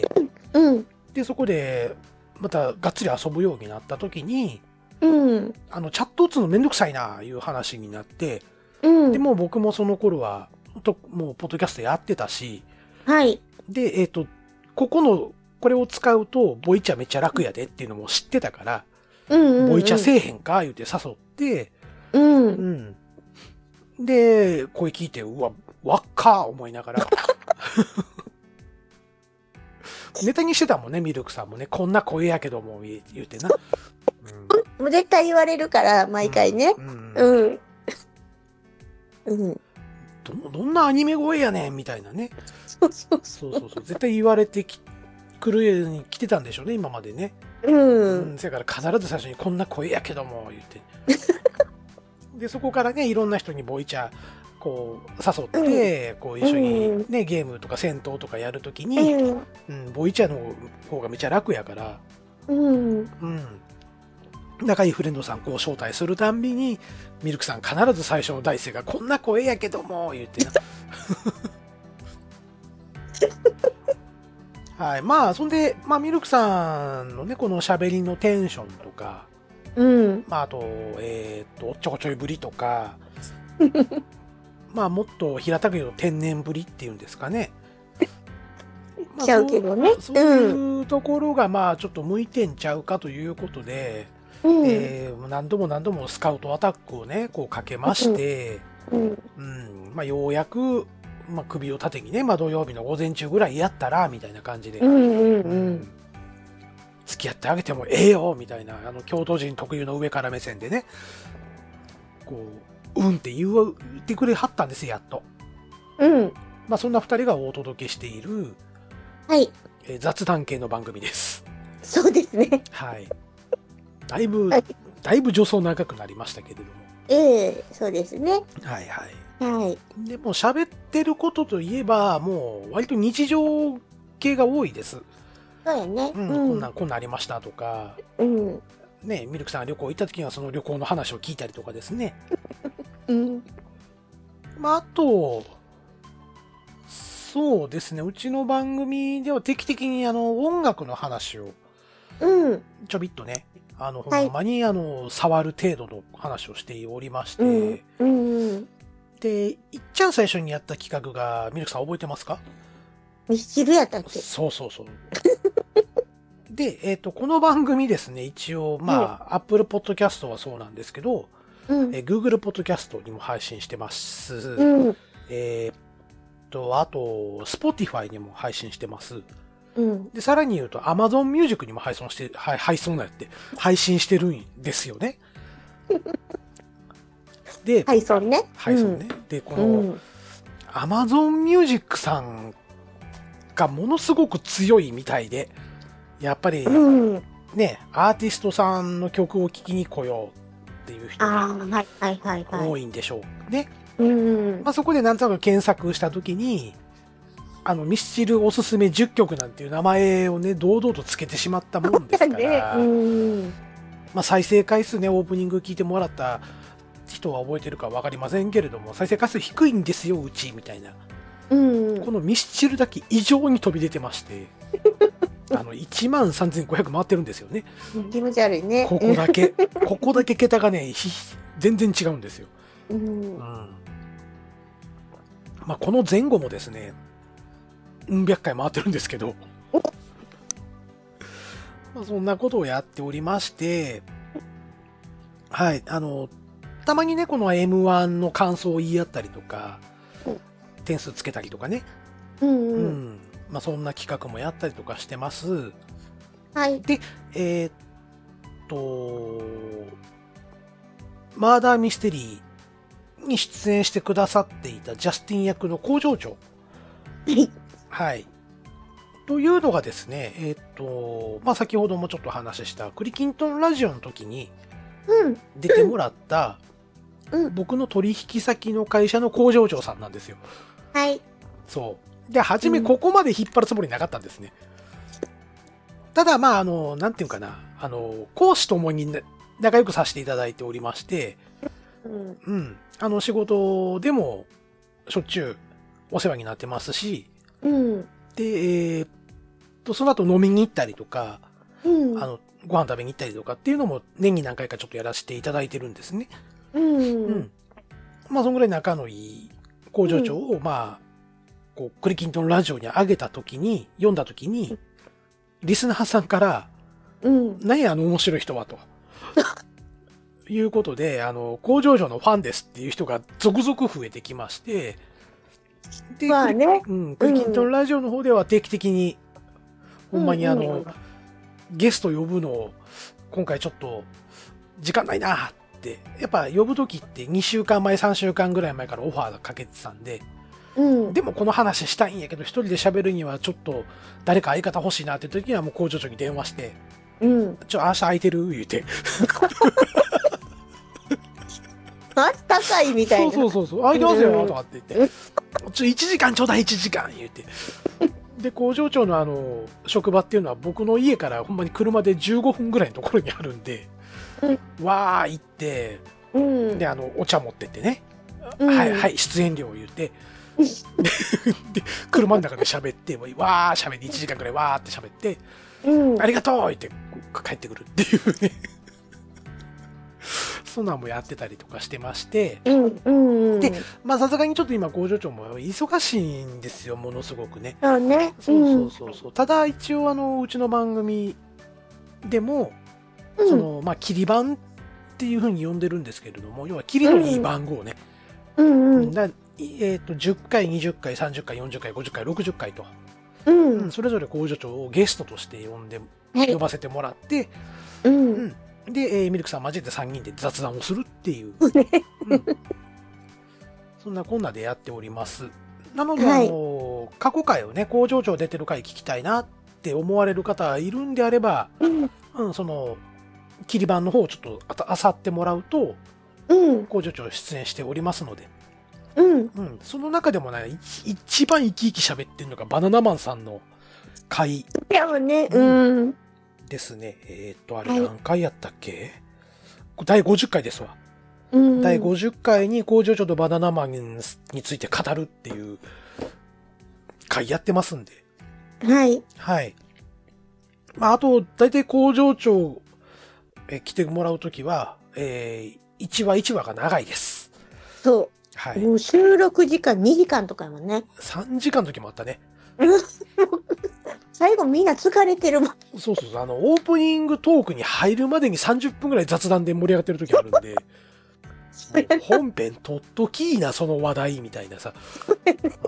S1: うん。
S2: で、そこで、またがっつり遊ぶようになった時に、
S1: うん。
S2: あの、チャット打つのめんどくさいな、いう話になって、
S1: うん。
S2: で、もう僕もその頃は、ともう、ポッドキャストやってたし、
S1: はい。
S2: で、えっと、ここの、これを使うと、ボイチャめっちゃ楽やでっていうのも知ってたから、
S1: うん。
S2: ボイチャせえへんか言うて誘って、
S1: う。
S2: うんん。で、声聞いて、うわ、わっかー思いながら。ネタにしてたもんね、ミルクさんもね。こんな声やけども、言うてな。
S1: もう絶対言われるから、毎回ね。
S2: うん。うん
S1: うん。うん。
S2: ど、どんなアニメ声やねんみたいなね。
S1: そうそうそ
S2: そうそうそう。絶対言われてき、来るように来てたんでしょうね、今までね。
S1: う。う。
S2: うんん。そやから必ず最初にこんな声やけども、言って。で、そこからね、いろんな人にボイチャ、こう、誘って、こう一緒にね、ゲームとか戦闘とかやるときに、
S1: うん。
S2: うん、ボイチャの方がめっちゃ楽やから、
S1: うん。
S2: うん。仲いいフレンドさんこう招待するたんびに、ミルクさん必ず最初の第一声がこんな声やけども、言ってな。はい。まあ、そんで、まあ、ミルクさんのね、この喋りのテンションとか、
S1: うん。
S2: まあ、あと、えーっと、おっちょこちょいぶりとか、まあ、もっと平たく言うと天然ぶりっていうんですかね。
S1: ちゃうけどね。
S2: そういうところが、まあ、ちょっと向いてんちゃうかということで、うん、えー、何度も何度もスカウトアタックをね、こうかけまして、うん、うん、まあ、ようやく、まあ、首を縦にね、まあ、土曜日の午前中ぐらいやったら、みたいな感じで、うんうんうん、付き合ってあげてもええよ、みたいな、あの、京都人特有の上から目線でね、こう、うんって言う、言ってくれはったんですよ、やっと。うん。まあ、そんな二人がお届けしている、はい。えー、雑談系の番組です。
S1: そうですね。
S2: はい。だいぶ、はい、だいぶ助走長くなりましたけれども。
S1: ええー、そうですね。
S2: はいはい。はい。でも喋ってることといえば、もう割と日常系が多いです。
S1: そうやね。
S2: うん、うん、こんなん、こんなんありましたとか。うん。ね、ミルクさんが旅行行った時にはその旅行の話を聞いたりとかですね。うん。まあ、あと、そうですね。うちの番組では定期的にあの音楽の話を、うん。ちょびっとね、あの、ほんまにあの、触る程度の話をしておりまして、うんうん、で、いっちゃん最初にやった企画が、ミルクさん覚えてますか？
S1: ミスチルやったっけ？
S2: そうそうそう。で、えっと、この番組ですね、一応、まあ、Apple Podcast はそうなんですけど、うん、え Google Podcast にも配信してます。うん、えーと、あと、Spotify にも配信してます。うん、で、さらに言うと、Amazon Music にも配信して、はい、配信なって、配信してるんですよね。で、
S1: 配信ね。
S2: 配信ね。うん、で、この、うん、Amazon Music さんがものすごく強いみたいで、やっぱり、うん、ね、アーティストさんの曲を聴きに来ようっていう人が多いんでしょうね。うん、まあ、そこでなんとなく検索したときに、あの、ミスチルおすすめじゅっきょくなんていう名前をね、堂々とつけてしまったもんですから、うん、まあ、再生回数ね、オープニング聞いてもらった人は覚えてるかわかりませんけれども、再生回数低いんですよ、うち、みたいな。うん、このミスチルだけ異常に飛び出てまして、あの、いちまんさんぜんごひゃく回ってるんですよね。
S1: 気持ち悪いね。
S2: ここだけ、ここだけ桁がね、全然違うんですよ。うん、うん、まあ、この前後もですね、うん百回回ってるんですけど、まあそんなことをやっておりまして、はい、あの、たまにね、この エムワン の感想を言い合ったりとか、点数つけたりとかね、うん、うんうん、まあそんな企画もやったりとかしてます。はい。で、えー、っと、マーダーミステリーに出演してくださっていたジャスティン役の工場長。はい。というのがですね、えっ、ー、と、まあ、先ほどもちょっと話したクリキントンラジオの時に出てもらった、うん、僕の取引先の会社の工場長さんなんですよ。はい。そう。で、初めここまで引っ張るつもりなかったんですね。うん、ただ、まあ、あの、なんていうかな、あの、講師ともに仲良くさせていただいておりまして、うん。うん。あの、仕事でもしょっちゅうお世話になってますし、うん。で、えー、と、その後飲みに行ったりとか、うん、あの、ご飯食べに行ったりとかっていうのも年に何回かちょっとやらせていただいてるんですね。うん。うん。まあ、そのぐらい仲のいい工場長を、うん、まあ、こう、クリキントンラジオに上げたときに、読んだときに、リスナーさんから、うん。何やあの面白い人はと。いうことで、あの、工場長のファンですっていう人が続々増えてきまして、で、まあね、うん、クリキントンラジオの方では定期的に、うん、ほんまにあの、うんうん、ゲスト呼ぶの、今回ちょっと、時間ないなって、やっぱ呼ぶときってにしゅうかんまえ、さんしゅうかんぐらい前からオファーがかけてたんで、うん、でもこの話したいんやけど、一人で喋るにはちょっと、誰か相方欲しいなって時にはもう工場長に電話して、うん、ちょ、明日空いてる言うて。
S1: 高いみたいな。
S2: そうそうそう、空いてますよ、とかって言って。ちょ、いちじかんちょうだいいちじかん言うて。で、工場長のあの、職場っていうのは僕の家からほんまに車でじゅうごふんぐらいのところにあるんで、うん、わー行って、うん、で、あの、お茶持ってってね、うん、はい、はい、出演料を言って、で、車の中で喋って、わー喋っていちじかんぐらいわーって喋って、うん、ありがとう言って帰ってくるっていうね。 そんなんもやってたりとかしてまして、
S1: うんうんうん。
S2: で、まあさすがにちょっと今工場長も忙しいんですよ、ものすごくね。
S1: そうね。
S2: そうそうそうそう。ただ一応あの、うちの番組でも、
S1: うん、
S2: その、まあ、切り番っていう風に呼んでるんですけれども、要は切りのいい番号ね。
S1: うんうん。
S2: だえっ、と、じゅっかい、にじゅっかい、さんじゅっかい、よんじゅっかい、ごじゅっかい、ろくじゅっかいと、
S1: う
S2: うんん、それぞれ工場長をゲストとして呼んで、
S1: はい
S2: 呼ばせてもらって、
S1: う。
S2: うんん、で、えーミルクさん交えてさんにんで雑談をするっていう、うん、そんなこんなでやっております。なので、
S1: はい
S2: あの、過去回をね、工場長出てる回聞きたいなって思われる方いるんであれば、
S1: うん
S2: うん、その、切り版の方をちょっとあた、あさってもらうと、
S1: うん
S2: 工場長出演しておりますので、
S1: うん。
S2: うん、その中でもね、い一番生き生き喋ってるのがバナナマンさんの回
S1: でもね、うん。
S2: ですね。えーっと、あれ
S1: はい
S2: 何回やったっけ、だいごじゅっかいですわ。
S1: うん。
S2: だいごじゅっかいに工場長とバナナマンについて語るっていう回やってますんで。
S1: はい。
S2: はい。まあ、あと、だいたい工場長え来てもらうときは、えー、いちわいちわが長いです。
S1: そう。
S2: はい。
S1: もう収録時間にじかんとかやもんね。
S2: さんじかんの時もあったね。
S1: 最後みんな疲れてるもん。
S2: そうそうそう。あの、オープニングトークに入るまでにさんじゅっぷんぐらい雑談で盛り上がってる時あるんで、本編とっときーな、その話題みたいなさ。うん。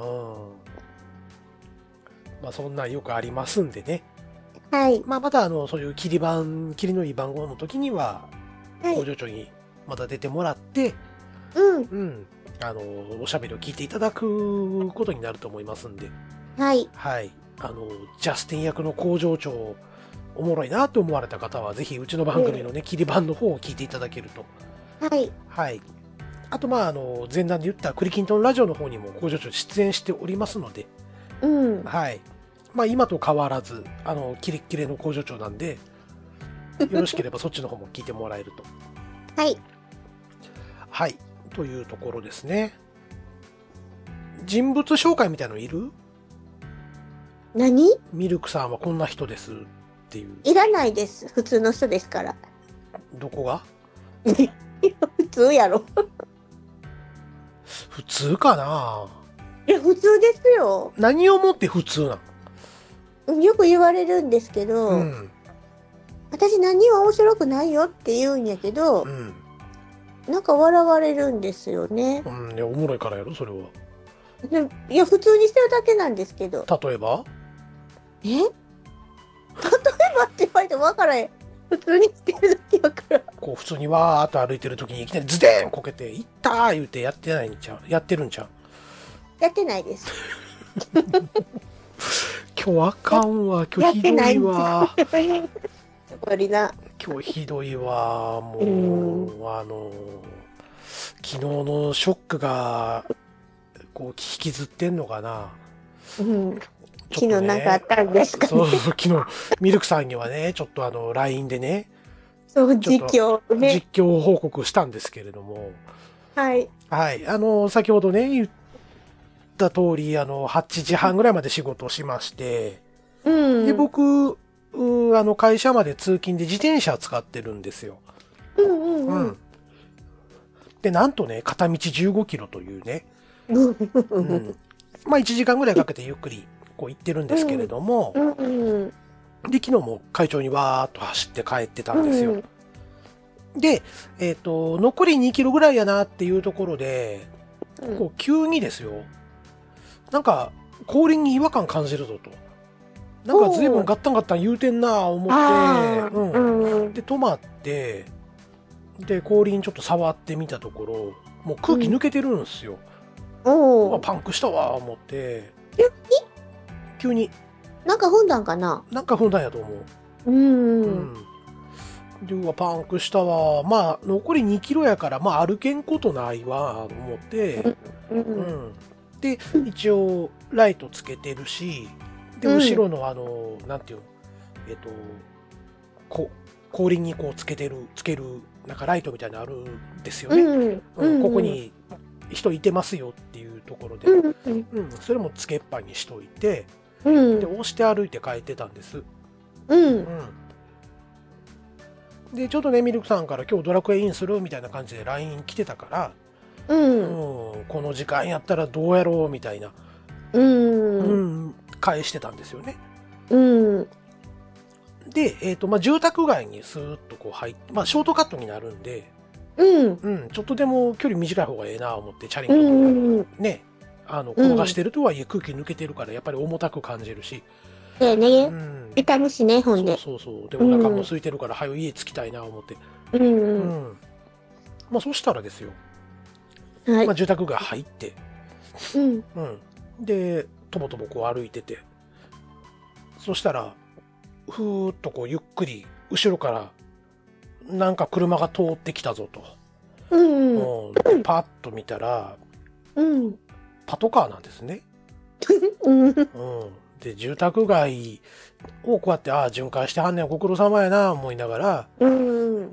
S2: まあ、そんなんよくありますんでね。
S1: はい。
S2: まあ、また、あの、そういう切り番、切りのいい番号の時には、
S1: はい。
S2: 工場長にまた出てもらって、
S1: うん。
S2: うん。あの、おしゃべりを聞いていただくことになると思いますんで。
S1: はい。
S2: はい。あの、ジャスティン役の工場長、おもろいなと思われた方は、ぜひうちの番組のね、切り番の方を聞いていただけると。
S1: はい。
S2: はい。あと、まあ、あの、前段で言ったクリキントンラジオの方にも工場長出演しておりますので、
S1: うん。
S2: はい。まあ、今と変わらず、あの、キレッキレの工場長なんで、よろしければそっちの方も聞いてもらえると。
S1: はい。
S2: はい。というところですね。人物紹介みたいのいる？
S1: 何？
S2: ミルクさんはこんな人ですっていう。
S1: いらないです。普通の人ですから。
S2: どこが？
S1: 普通やろ。
S2: 普通かない
S1: や、普通ですよ。
S2: 何をもって普通な
S1: よく言われるんですけど、
S2: の？うん。
S1: 私何も面白くないよって言うんやけど
S2: う、ん。
S1: なんか笑われるんですよね。
S2: うん。いや、おもろいからやろ、それは。
S1: でいや、普通にしてるだけなんですけど。
S2: 例えば
S1: え例えばって言われても分からへん。普通にしてるだけやから。
S2: こう、普通にわーっと歩いてる時にいきなりズデーンこけて、いったー言うてやってないんちゃう？やってるんちゃう？
S1: やってないです。
S2: 今日あかんわ。今日ひどいわ。
S1: やっぱりな。
S2: 今日ひどいわ。もう、
S1: うん
S2: あの、昨日のショックが、こう、引きずってんのかな。
S1: うん。
S2: ちょっとね
S1: 昨日なんかあったんですかね。
S2: そうそう、昨日、ミルクさんにはね、ちょっとあの、ライン でね、
S1: そう、
S2: ちょっ
S1: 実況
S2: と
S1: ね。
S2: 実況報告したんですけれども、
S1: はい。
S2: はい、あの、先ほどね、言った通り、あの、はちじはんぐらいまで仕事をしまして、
S1: うん。
S2: で、僕、うあの、会社まで通勤で自転車使ってるんですよ。
S1: うんうんうん。
S2: うん。で、なんとね、片道じゅうごキロというね、
S1: うん
S2: うん。まあ、いちじかんぐらいかけてゆっくり、こう行ってるんですけれども、
S1: うんうん。
S2: で、昨日も会長にわーっと走って帰ってたんですよ。で、えっ、と、残りにキロぐらいやなっていうところで、
S1: うん
S2: こう急にですよ、なんか、後輪に違和感感じるぞと。なんか随分ガッタンガッタン言うてんなぁ思
S1: あ
S2: って、う
S1: ー
S2: ん。
S1: うん
S2: で、止まって、で、後輪ちょっと触ってみたところ、もう空気抜けてるんですよ。
S1: おー
S2: うわパンクしたわ思って、
S1: え
S2: 急に、
S1: なんか踏んだんかな。
S2: なんか踏んだんやと思う。
S1: うん
S2: う。ん。で、うわ、パンクしたわ。まあ、残りにキロやから、まあ、歩けんことないわ、と思って、
S1: うん
S2: う。ん。で、一応、ライトつけてるし、で、
S1: うん
S2: 後ろのあの、なんていうの、えっと、こ後輪にこうつけてる、つける、なんかライトみたいなのあるんですよね。
S1: うん。
S2: うん、ここに人いてますよっていうところで、
S1: うん。
S2: うん、それもつけっぱにしといて、
S1: うん
S2: で、。押して歩いて帰ってたんです。
S1: うん。
S2: うん。 で、ちょっとね、ミルクさんから今日ドラクエインするみたいな感じで ライン 来てたから、
S1: うん。
S2: うん、この時間やったらどうやろうみたいな、
S1: うん。
S2: うん、返してたんですよね。
S1: うん。
S2: で、えっと、まあ、住宅街にスーッとこう入って、まあ、ショートカットになるんで、
S1: うん。
S2: うん、ちょっとでも距離短い方がええなと思って、チャリン
S1: う
S2: コ
S1: ん。
S2: ね、あの、転がしてるとはいえ空気抜けてるから、やっぱり重たく感じるし、
S1: で
S2: う
S1: ね、
S2: ん、
S1: 痛むしね、ほんで。
S2: そうそうそう、でもお腹も空いてるから、早く家着きたいなと思って、
S1: うん。
S2: う
S1: うん。
S2: ん。まあ、そしたらですよ、
S1: はい
S2: まあ、。住宅街入って、
S1: うん。
S2: うん。で、とぼとぼこう歩いてて、そしたら、ふーっとこうゆっくり後ろからなんか車が通ってきたぞと。
S1: うん。
S2: うん、パッと見たら、
S1: うん。
S2: パトカーなんですね。
S1: うん。
S2: うん。で、住宅街をこうやって、ああ、巡回してはんねん、ご苦労様やな、思いながら、
S1: うん。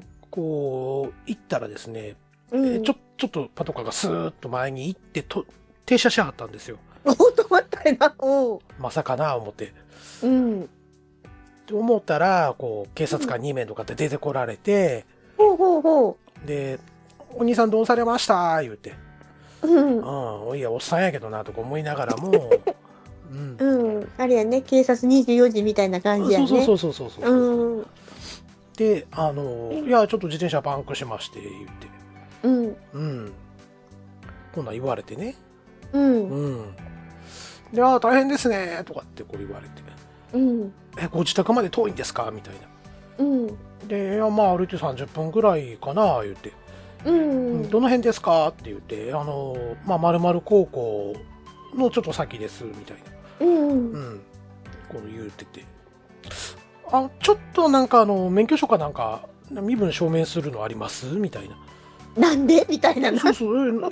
S2: こう、行ったらですね、
S1: うん。
S2: えちょ、ちょっとパトカーがスーッと前に行ってと、停車しはったんですよ。
S1: おっと待ったいな。おう。
S2: まさかな、思って。
S1: うん。
S2: って思ったら、こう、警察官に名とかって出てこられて、
S1: ほうほうほ
S2: で、お兄さんどうされました言うて。
S1: う。うん。
S2: うん、いや、おっさんやけどな、とか思いながらも、うん。
S1: うん。あれやね、警察にじゅうよじみたいな感じやね。
S2: そうそうそうそうそうそう。
S1: うん。
S2: で、あの、いや、ちょっと自転車パンクしまして、言って。
S1: うん。
S2: うん。こんなん言われてね。
S1: うん。
S2: うん。で、ああ、大変ですね、とかってこう言われて。
S1: うん。
S2: え、ご自宅まで遠いんですかみたいな。
S1: うん。
S2: で、いや、まあ、歩いてさんじゅっぷんぐらいかな、言って。
S1: う
S2: うん
S1: ん。
S2: どの辺ですかって言って、あの、まあ、〇〇高校のちょっと先です、みたいな。
S1: うん。
S2: うん。こう言うてて。あ、ちょっとなんかあの、免許証かなんか、身分証明するのありますみたいな。
S1: なんでみたいなな。
S2: そうそう、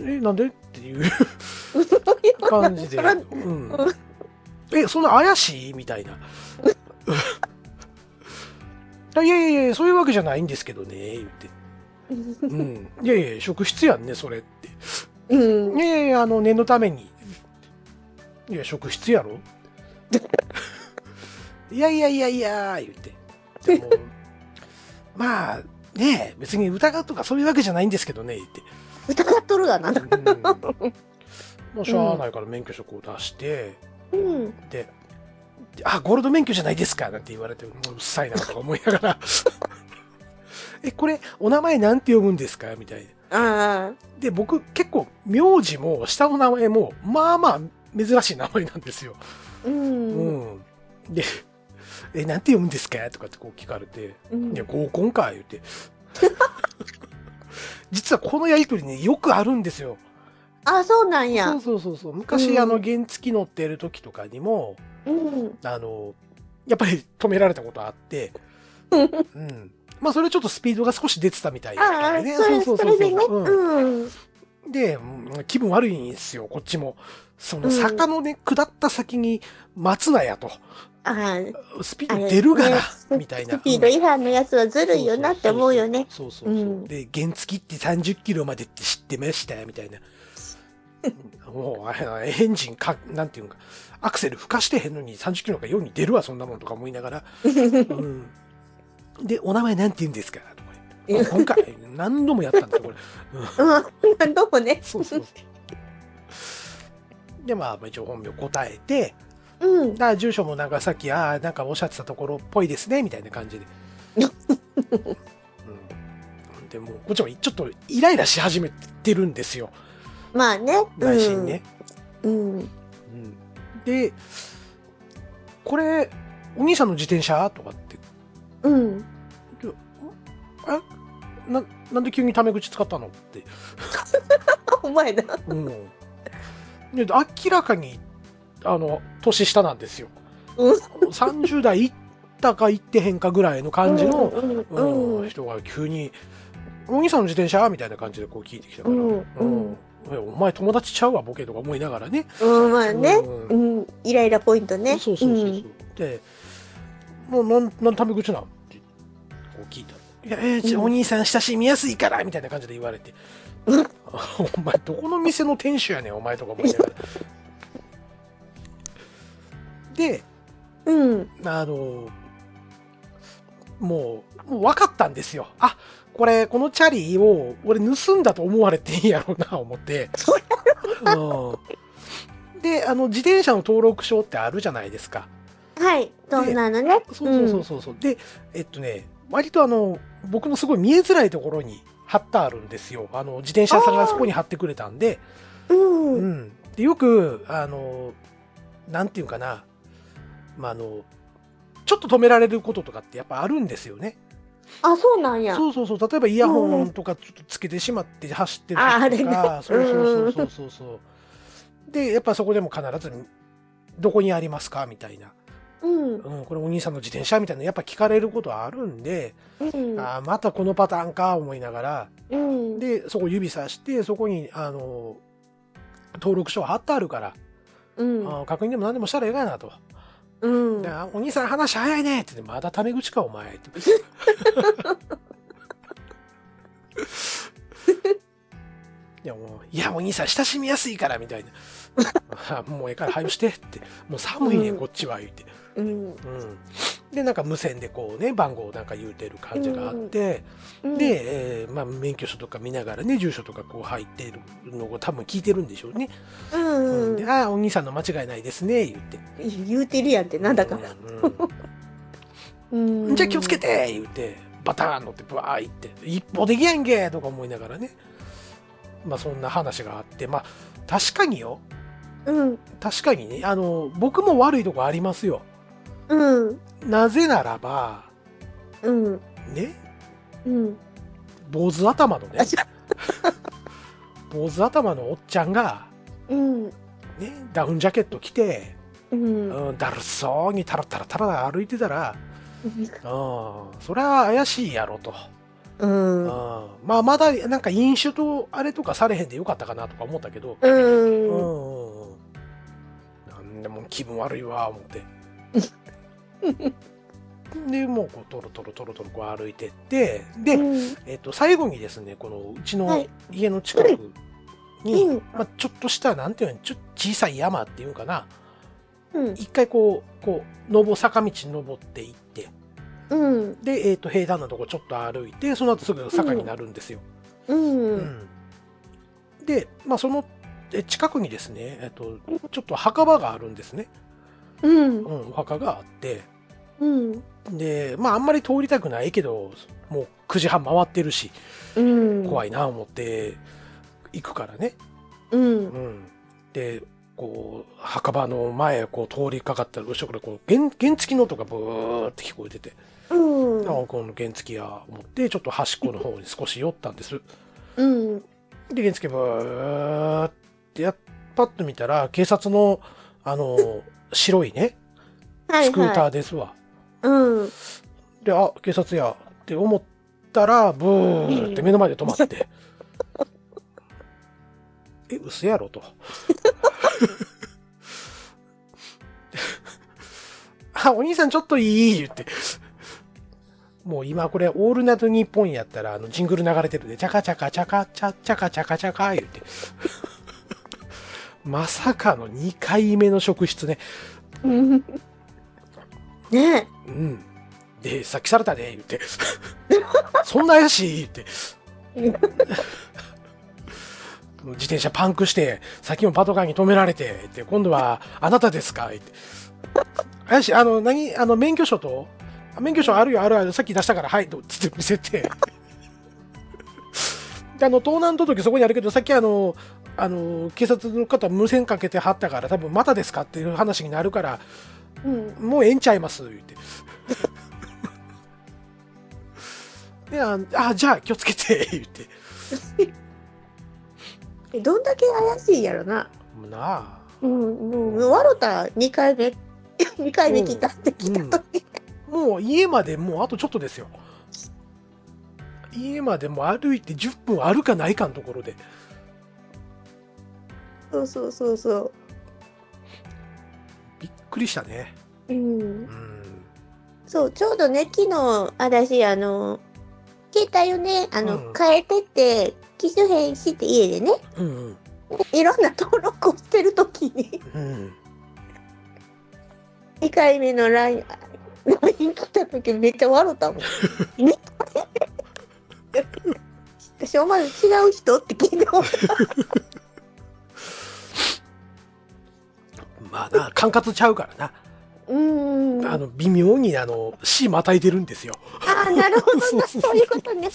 S2: え、えなんでっていう感じで。うん。え、そんな怪しいみたいな。いやいやいや、そういうわけじゃないんですけどね、言って。うん。いやいや、職質やんね、それって。
S1: うん。
S2: いやいやいや、あの、念のために。いや、職質やろいやいやいやいや、言って。でも、まあ、ねえ、別に疑うとかそういうわけじゃないんですけどね、言って。
S1: 疑っとるがな。
S2: うん。もうしゃあないから免許証を出して、
S1: うん。
S2: で、あ、ゴールド免許じゃないですかなんて言われて、もううっさいなとか思いながら、え、これ、お名前なんて読むんですかみたいな。
S1: ああ。
S2: で、僕、結構、名字も、下の名前も、まあまあ、珍しい名前なんですよ。
S1: うん。
S2: うん。で、え、なんて読むんですかとかってこう聞かれて、
S1: うん、
S2: いや、合コンか、言うて。実はこのやりとりね、よくあるんですよ。
S1: あ、そうなんや。
S2: そうそうそうそう。昔、うん、あの、原付乗ってる時とかにも、
S1: うん、
S2: あの、やっぱり止められたことあって、うん。まあ、それちょっとスピードが少し出てたみたいだからね。そうそうそうそう。ね、うん。で、気分悪いんですよ、こっちも。その坂のね、うん、下った先に待つなやと。あスピード出るがな、ね、みたいな。
S1: スピード違反のやつはずるいよなって思うよね。
S2: そうそうそう。うん、で、原付ってさんじゅっキロまでって知ってましたみたいな。もう、あれ、エンジンか、なんていうか、アクセル吹かしてへんのにさんじゅっキロかよんに出るわ、そんなもんとか思いながら。うん、で、お名前なんて言うんですかとか言って。今回、何度もやったんですよ、これ。
S1: うん、何度もね。
S2: そうそうそう。で、まあ、一応本名答えて、
S1: うん。
S2: だから住所もなんかさっき、ああ、なんかおっしゃってたところっぽいですね、みたいな感じで。うん、でも、こっちもちょっとイライラし始めてるんですよ。
S1: まあね。
S2: 内心ね。
S1: うん。うん。
S2: で、これ、お兄さんの自転車とかって。
S1: うん。
S2: えな、なんで急にタメ口使ったのって。
S1: お前だ。
S2: うん。で、明らかに、あの、年下なんですよ。うん、さんじゅう代いったかいってへんかぐらいの感じの、うんうんうん、人が急に、お兄さんの自転車みたいな感じでこう聞いてきたから、うんうんお前友達ちゃうわボケとか思いながらね。
S1: うん、まあね、うんうん、イライラポイントね。
S2: そうそうそうそう。うん、で、もうなんなんタメ口なんってこう聞いた。いや、えー、お兄さん親しみやすいからみたいな感じで言われて、うん、お前どこの店の店主やねんお前とか思いながら。で、
S1: うん、
S2: あのもう、もう分かったんですよ。あ、これ、このチャリを俺盗んだと思われていいやろうな、思って。うん、で、あの、自転車の登録証ってあるじゃないですか。
S1: はい、そんなのね。
S2: そうそうそうそう。うん、で、えっとね、割とあの、僕のすごい見えづらいところに貼ってあるんですよ。あの、自転車屋さんがそこに貼ってくれたんで。
S1: うん。
S2: うん。で、よく、あの、なんていうかな。まあ、あの、ちょっと止められることとかってやっぱあるんですよね。
S1: あ、そうなんや。
S2: そうそうそう。例えばイヤホンとかちょっとつけてしまって走ってる時とか、そうそうそうそうそうそう。で、やっぱそこでも必ず、どこにありますかみたいな。うん、うん、これお兄さんの自転車みたいなやっぱ聞かれることはあるんで、うん、あまたこのパターンか思いながら、うん、でそこ指さしてそこにあの登録書貼ってあるから、うん、あ確認でも何でもしたらええかなと、うん、でお兄さん話早いねって言ってまだタメ口かお前っていやもういやお兄さん親しみやすいからみたいなもうええから早くしてってもう寒いね、うん、こっちは言って。うんうん、でなんか無線でこうね番号をなんか言うてる感じがあって、うん、で、えーまあ、免許証とか見ながらね住所とかこう入ってるのを多分聞いてるんでしょうね。うんうんうん、でああお兄さんの間違いないですね言って
S1: 言うてるやんってなんだか、
S2: うんうん、じゃあ気をつけて言ってバターン乗ってブワー行って一歩できやんけとか思いながらねまあそんな話があってまあ確かによ、うん、確かにねあの僕も悪いとこありますよ。うん、なぜならば、うん、ね、うん、坊主頭のね、坊主頭のおっちゃんが、うん、ね、ダウンジャケット着て、うん、うん、だるそうにタラタラタラ歩いてたら、うん、それは怪しいやろと。うん、まあまだなんか飲酒とあれとかされへんでよかったかなとか思ったけど、うん、うん、なんでも気分悪いわ思って。でもうこうトロトロトロトロこう歩いてってで、うん、えっと最後にですねこのうちの家の近くに、はいまあ、ちょっとしたなんていうのちょっと小さい山っていうかな、うん、一回こうこう登坂道登っていって、うん、で、えっと平坦なとこちょっと歩いてその後すぐ坂になるんですよ。うんうん、で、まあ、その近くにですね、えっとちょっと墓場があるんですね。うん、うん、お墓があって、うん、でまああんまり通りたくないけどもうくじはん回ってるし、うん、怖いな思って行くからね、うんうん、でこう墓場の前をこう通りかかったら後ろからこう原原付の音がブーって聞こえてて、うん、あこの原付や思ってちょっと端っこの方に少し寄ったんです、うん、で原付ブーってやっパッと見たら警察のあの白いねスクーターですわ。はいはい、うん。で、あ、警察やって思ったら、ブーって目の前で止まって。え、嘘やろと。あ、お兄さんちょっといい言って。もう今これ、オールナイトニッポンやったら、あの、ジングル流れてるで、チャカチャカチャカチャチャカチャカチャカ言って。まさかのにかいめの職質ね。
S1: ねえ。
S2: うん。で、さっきされたで、言って。そんな怪しい言って。自転車パンクして、さっきもパトカーに止められて、で今度は、あなたですか言って。怪しい、あの、何あの、免許証と免許証あるよ、あるある、さっき出したから、はい、つって見せて。で、あの、盗難届そこにあるけど、さっきあの、あの、警察の方無線かけてはったから、多分またですかっていう話になるから、うん、もうええんちゃいます、言って。で、あ、あじゃあ気をつけて、言って。
S1: どんだけ怪しいやろな。
S2: なあ。
S1: うん、もう、わろたにかいめ、にかいめ来たって来た時、
S2: うん、もう家までもうあとちょっとですよ。家までも歩いてじゅっぷんあるかないかのところで。
S1: そうそうそうそう。
S2: びっくりしたね。うん。うん、
S1: そう、ちょうどね、昨日、私、あの、携帯をね、あの、うん、変えてて、機種変して家でね、うんうん、いろんな登録をしてるときに、うん、にかいめのライン、 ライン 来た時めっちゃ笑ったもん。私、お前違う人って聞いても
S2: まあな、管轄ちゃうからな。
S1: うーん。
S2: あの、微妙に、あの、死またいてるんですよ。
S1: ああ、なるほどな、そういうことね。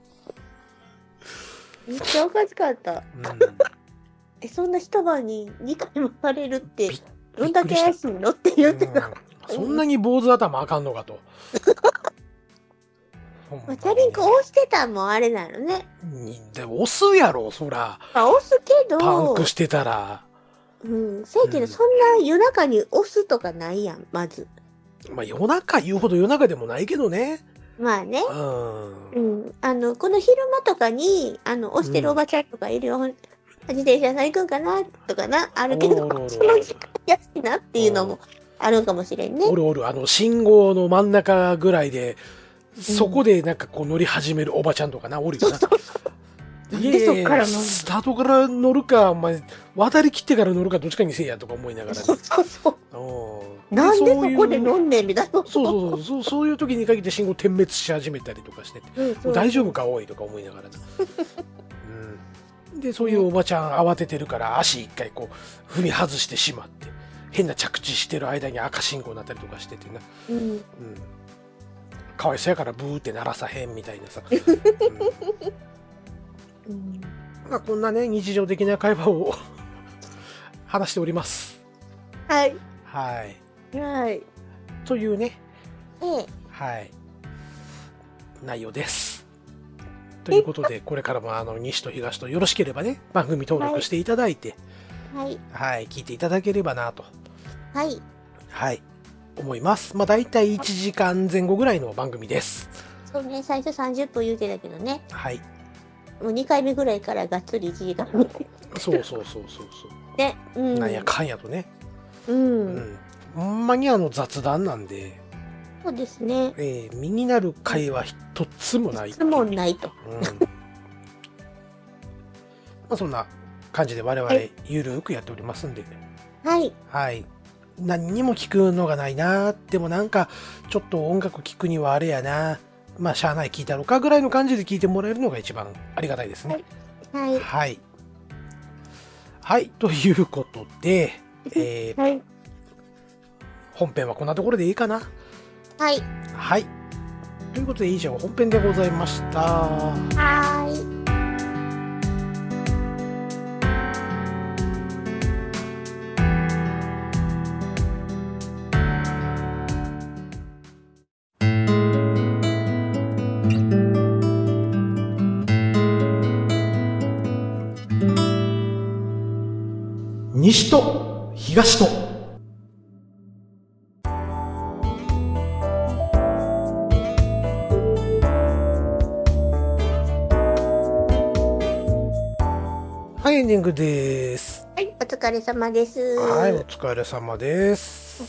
S1: めっちゃおかしかった。うん、え、そんな一晩ににかいもされるって、どんだけ怪しいのって言ってた。
S2: うん、そんなに坊主頭あかんのかと。
S1: まあ、チャリンコ押してたんもあれなのね。
S2: で押すやろ、そら。
S1: あ、押すけど。
S2: パンクしてたら。
S1: うん。せやけど、そんな夜中に押すとかないやん、まず。
S2: まあ夜中言うほど夜中でもないけどね。
S1: まあね。
S2: うん。
S1: うん。あの、この昼間とかに、あの、押してるおばちゃんとかいるよ。うん、自転車さん行くんかなとかな、あるけど、その時間安いなっていうのもあるかもしれんね。
S2: おるおる、あの、信号の真ん中ぐらいで、そこでなんかこう乗り始めるおばちゃんとかな、おるよな。いやいやいや、スタートから乗るか、お前、渡り切ってから乗るかどっちかにせえやとか思いながら、ね。
S1: そうそうそう。なんでそこで乗んねんみたいな。
S2: そうそうそう、そういう時に限って信号点滅し始めたりとかしてて、うん、そうそう大丈夫かおいとか思いながらな。うん、で、そういうおばちゃん慌ててるから足一回こう踏み外してしまって、変な着地してる間に赤信号になったりとかしててな。うん。うん、かわいそうやからブーって鳴らさへんみたいなさ。うん、まあこんなね、日常的な会話を話しております。
S1: はい。
S2: はい。
S1: はい。
S2: というね。
S1: ええ。
S2: はい。内容です。ということで、これからもあの、西と東とよろしければね、番組登録していただいて、
S1: はい。
S2: はい、聞いていただければなと。
S1: はい。
S2: はい。思います。まあ大体いちじかんぜん後ぐらいの番組です。
S1: そうね、最初さんじゅっぷん言うてたけどね。
S2: はい。
S1: もうにかいめぐらいからがっつりいちじかん。
S2: そうそうそうそうそう。
S1: ね、うん。
S2: なんやかんやとね。
S1: うん。うん、
S2: ほんまにあの雑談なんで。
S1: そうですね。
S2: えー、身になる会話一つもない。
S1: 一つもないと。
S2: うん。まあそんな感じで我々ゆるーくやっておりますんで。
S1: はい。
S2: はい。何にも聞くのがないな。でもなんかちょっと音楽聞くにはあれやな。まあ、しゃあない聞いたのかぐらいの感じで聞いてもらえるのが一番ありがたいですね。
S1: はい。
S2: はい。はい。ということで、えーはい、本編はこんなところでいいかな。
S1: はい。
S2: はい。ということで以上本編でございました。
S1: はい。
S2: 西と東と。はい、エンディングです。
S1: はい、お疲れ様です。
S2: はい、お疲れ様です。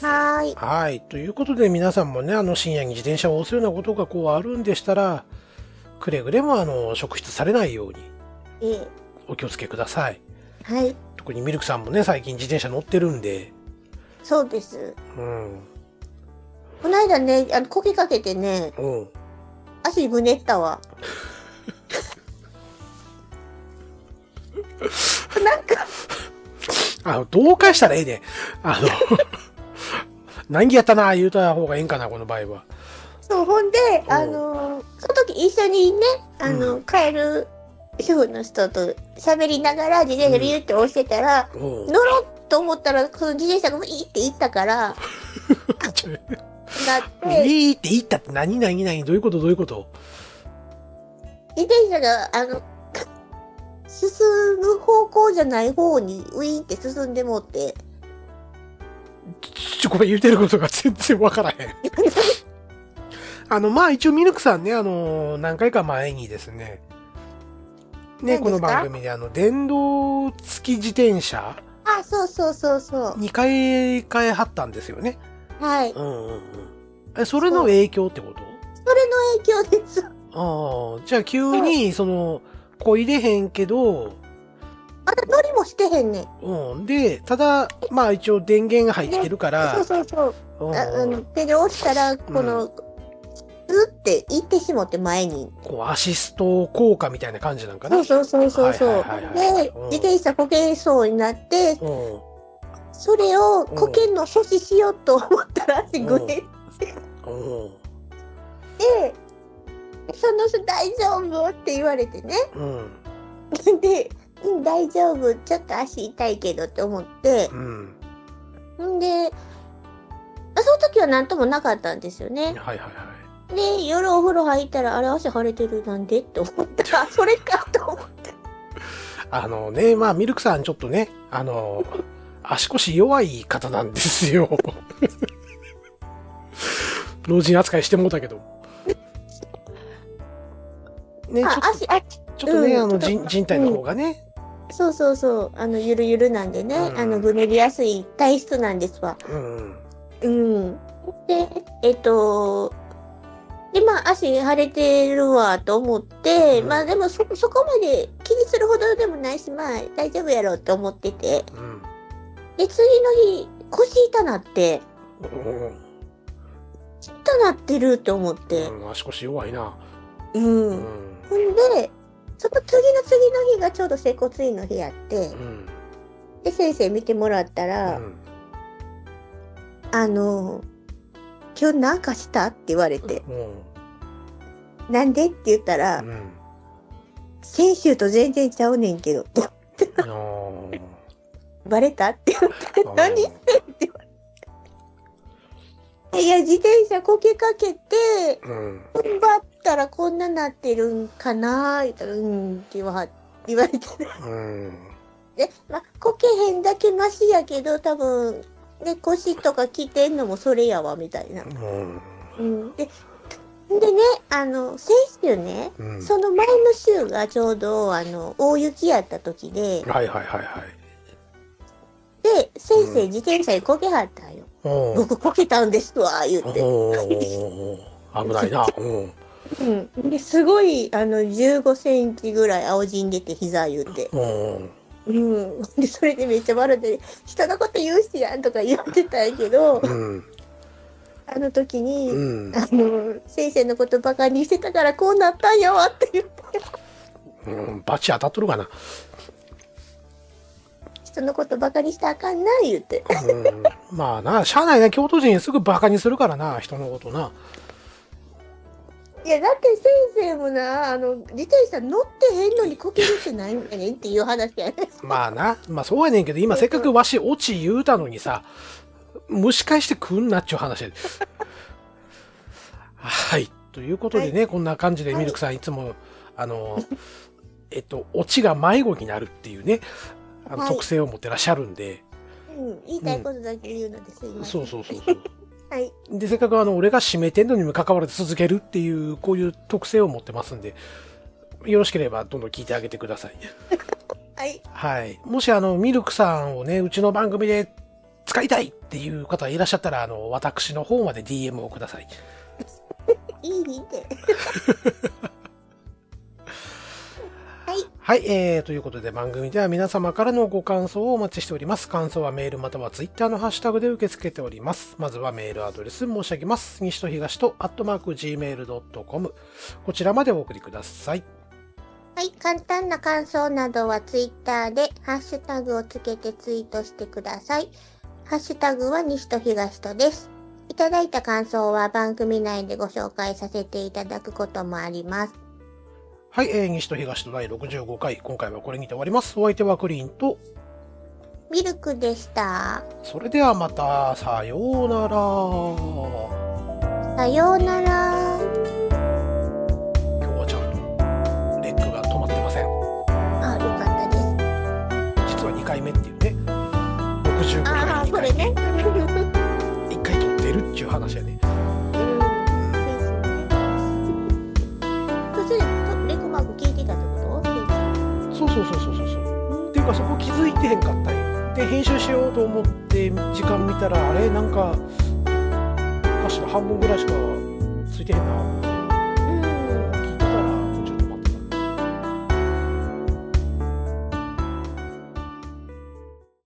S1: はい。
S2: はい、ということで皆さんもね、あの深夜に自転車を押すようなことがこうあるんでしたら、くれぐれもあの、職質されないように、
S1: ええ、
S2: お気をつけください。
S1: はい。
S2: 特にミルクさんもね、最近自転車乗ってるんで。
S1: そうです。
S2: うん。
S1: この間ね、あの、こけかけてね、うん。足ぶねったわ。なんか。
S2: あの、どう返したらええね。あの、難儀やったな、言うた方がええんかな、この場合は。
S1: そう、ほんで、あの、その時一緒にね、あの、うん、帰る、主婦の人と喋りながら自転車ビューって押してたら、うん、乗ろうと思ったらその自転車がウィーって行ったからなって
S2: ウィーって行ったって何何何どういうことどういうこと？
S1: 自転車があの進む方向じゃない方にウィーって進んでもって
S2: ちょごめん言うてることが全然わからへんあのまあ一応ミルクさんねあの何回か前にですねね、この番組であの電動付き自転車
S1: あ、そうそうそうそう
S2: にかい買えはったんですよね。
S1: はい。
S2: うんうんうん。え、それの影響ってこと？
S1: それの影響です。
S2: ああ、じゃあ急にそのこいでへんけど、
S1: あれ乗りもしてへんねん。
S2: うん。で、ただ、まあ一応電源が入ってるから。
S1: そうそうそう。
S2: うん、
S1: ああの手で押したら、この、うんずって行ってしもって前に。
S2: こうアシスト効果みたいな感じなんかな。
S1: そうそうそうそう。で、自転車こけそうになって、うん、それをこけんの阻止しようと思ったら足ぐねって。で、その人大丈夫って言われてね。うん、で、うん、大丈夫。ちょっと足痛いけどって思って。うん、で、その時は何ともなかったんですよね。はいはいはい。で、夜お風呂入ったら、あれ足腫れてるなんでって思ったら、それかと思って。
S2: あのね、まあ、ミルクさんちょっとね、あの、足腰弱い方なんですよ。老人扱いしてもうたけど。ね、ちょっと、足あちょっとね、うん、あの人、人体の方がね、うん。そうそうそう、あの、ゆるゆるなんでね、うん、あの、ぐねりやすい体質なんですわ。うん。うん。で、えっと、で、まあ、足腫れてるわと思って、うん、まあでもそ、そこまで気にするほどでもないし、まあ大丈夫やろうと思ってて。うん、で、次の日、腰痛なって、うん、痛なってると思って。 うん、足腰弱いな。
S1: うん。うん、ほんで、その次の次の日がちょうど整骨院の日やって、うん、で、先生見てもらったら、うん、あの、今日なんかしたって言われて、うん、なんでって言ったら、うん、先週と全然ちゃうねんけどってバレたって言って何してんって言われて、いや自転車こけかけて、うん、踏ん張ったらこんななってるんかな言ったらうんって言わ言われて、うん、で、まあ、こけへんだけマシやけど多分で腰とかきてんのもそれやわみたいな。うんうん、で, でねあの先週ね、うん、その前の週がちょうどあの大雪やった時で、
S2: はいはいはいはい。
S1: で先生、うん、自転車にこけはったんよ。僕こけたんですわ言って。
S2: 危ないな。
S1: うんうん、ですごいあのじゅうごセンチぐらい青じんでて膝言って。うんうん、でそれでめっちゃ笑って人のこと言うしやんとか言ってたんやけど、うん、あの時に、うん、あの先生のことバカにしてたからこうなったんやわって言って、
S2: うん、バチ当たっとるかな。
S1: 人のことバカにしたらあかんな言って、
S2: うん、まあなしゃあないな、京都人すぐバカにするからな人のことな。
S1: いやだって先生もなあの自転車乗ってへんのにこけるってないんやねんっていう話やね。
S2: まあなまあそうやねんけど今せっかくわし落ち言うたのにさ蒸し返してくんなっちゅう話やで。はいということでね、はい、こんな感じでミルクさんいつも、はい、あのえっとオチが迷子になるっていうねあの、はい、特性を持ってらっしゃるんで、
S1: うん、言いたいことだけ言うのですいません、
S2: うん、そうそうそうそう
S1: はい、
S2: でせっかくあの俺が締めてんのにも関わらず続けるっていうこういう特性を持ってますんでよろしければどんどん聞いてあげてください。
S1: はい、
S2: はい、もしあのミルクさんをねうちの番組で使いたいっていう方いらっしゃったらあの私の方まで ディーエム をください。
S1: いいねはい、
S2: はい、えー、ということで番組では皆様からのご感想をお待ちしております。感想はメールまたはツイッターのハッシュタグで受け付けております。まずはメールアドレス申し上げます。西と東とアットマーク ジーメールドットコム こちらまでお送りください。
S1: はい、簡単な感想などはツイッターでハッシュタグをつけてツイートしてください。ハッシュタグは西と東とです。いただいた感想は番組内でご紹介させていただくこともあります。
S2: はい、えー、西と東とだいろくじゅうごかい、今回はこれにて終わります。お相手はクリーンと
S1: ミルクでした。
S2: それではまた、さようなら。
S1: さようなら。
S2: 今日はちゃんとレックが止まってません。
S1: あ、よかった
S2: です。実はにかいめっていうね。ろくじゅうごかいにかいめ。
S1: ああ、これね。
S2: いっかい撮ってるっていう話やね。そうそうそうそうそうそう。っていうかそこ気づいてへんかったんよ。で編集しようと思って時間見たらあれなんかおかしな半分ぐらいしかついてへんな。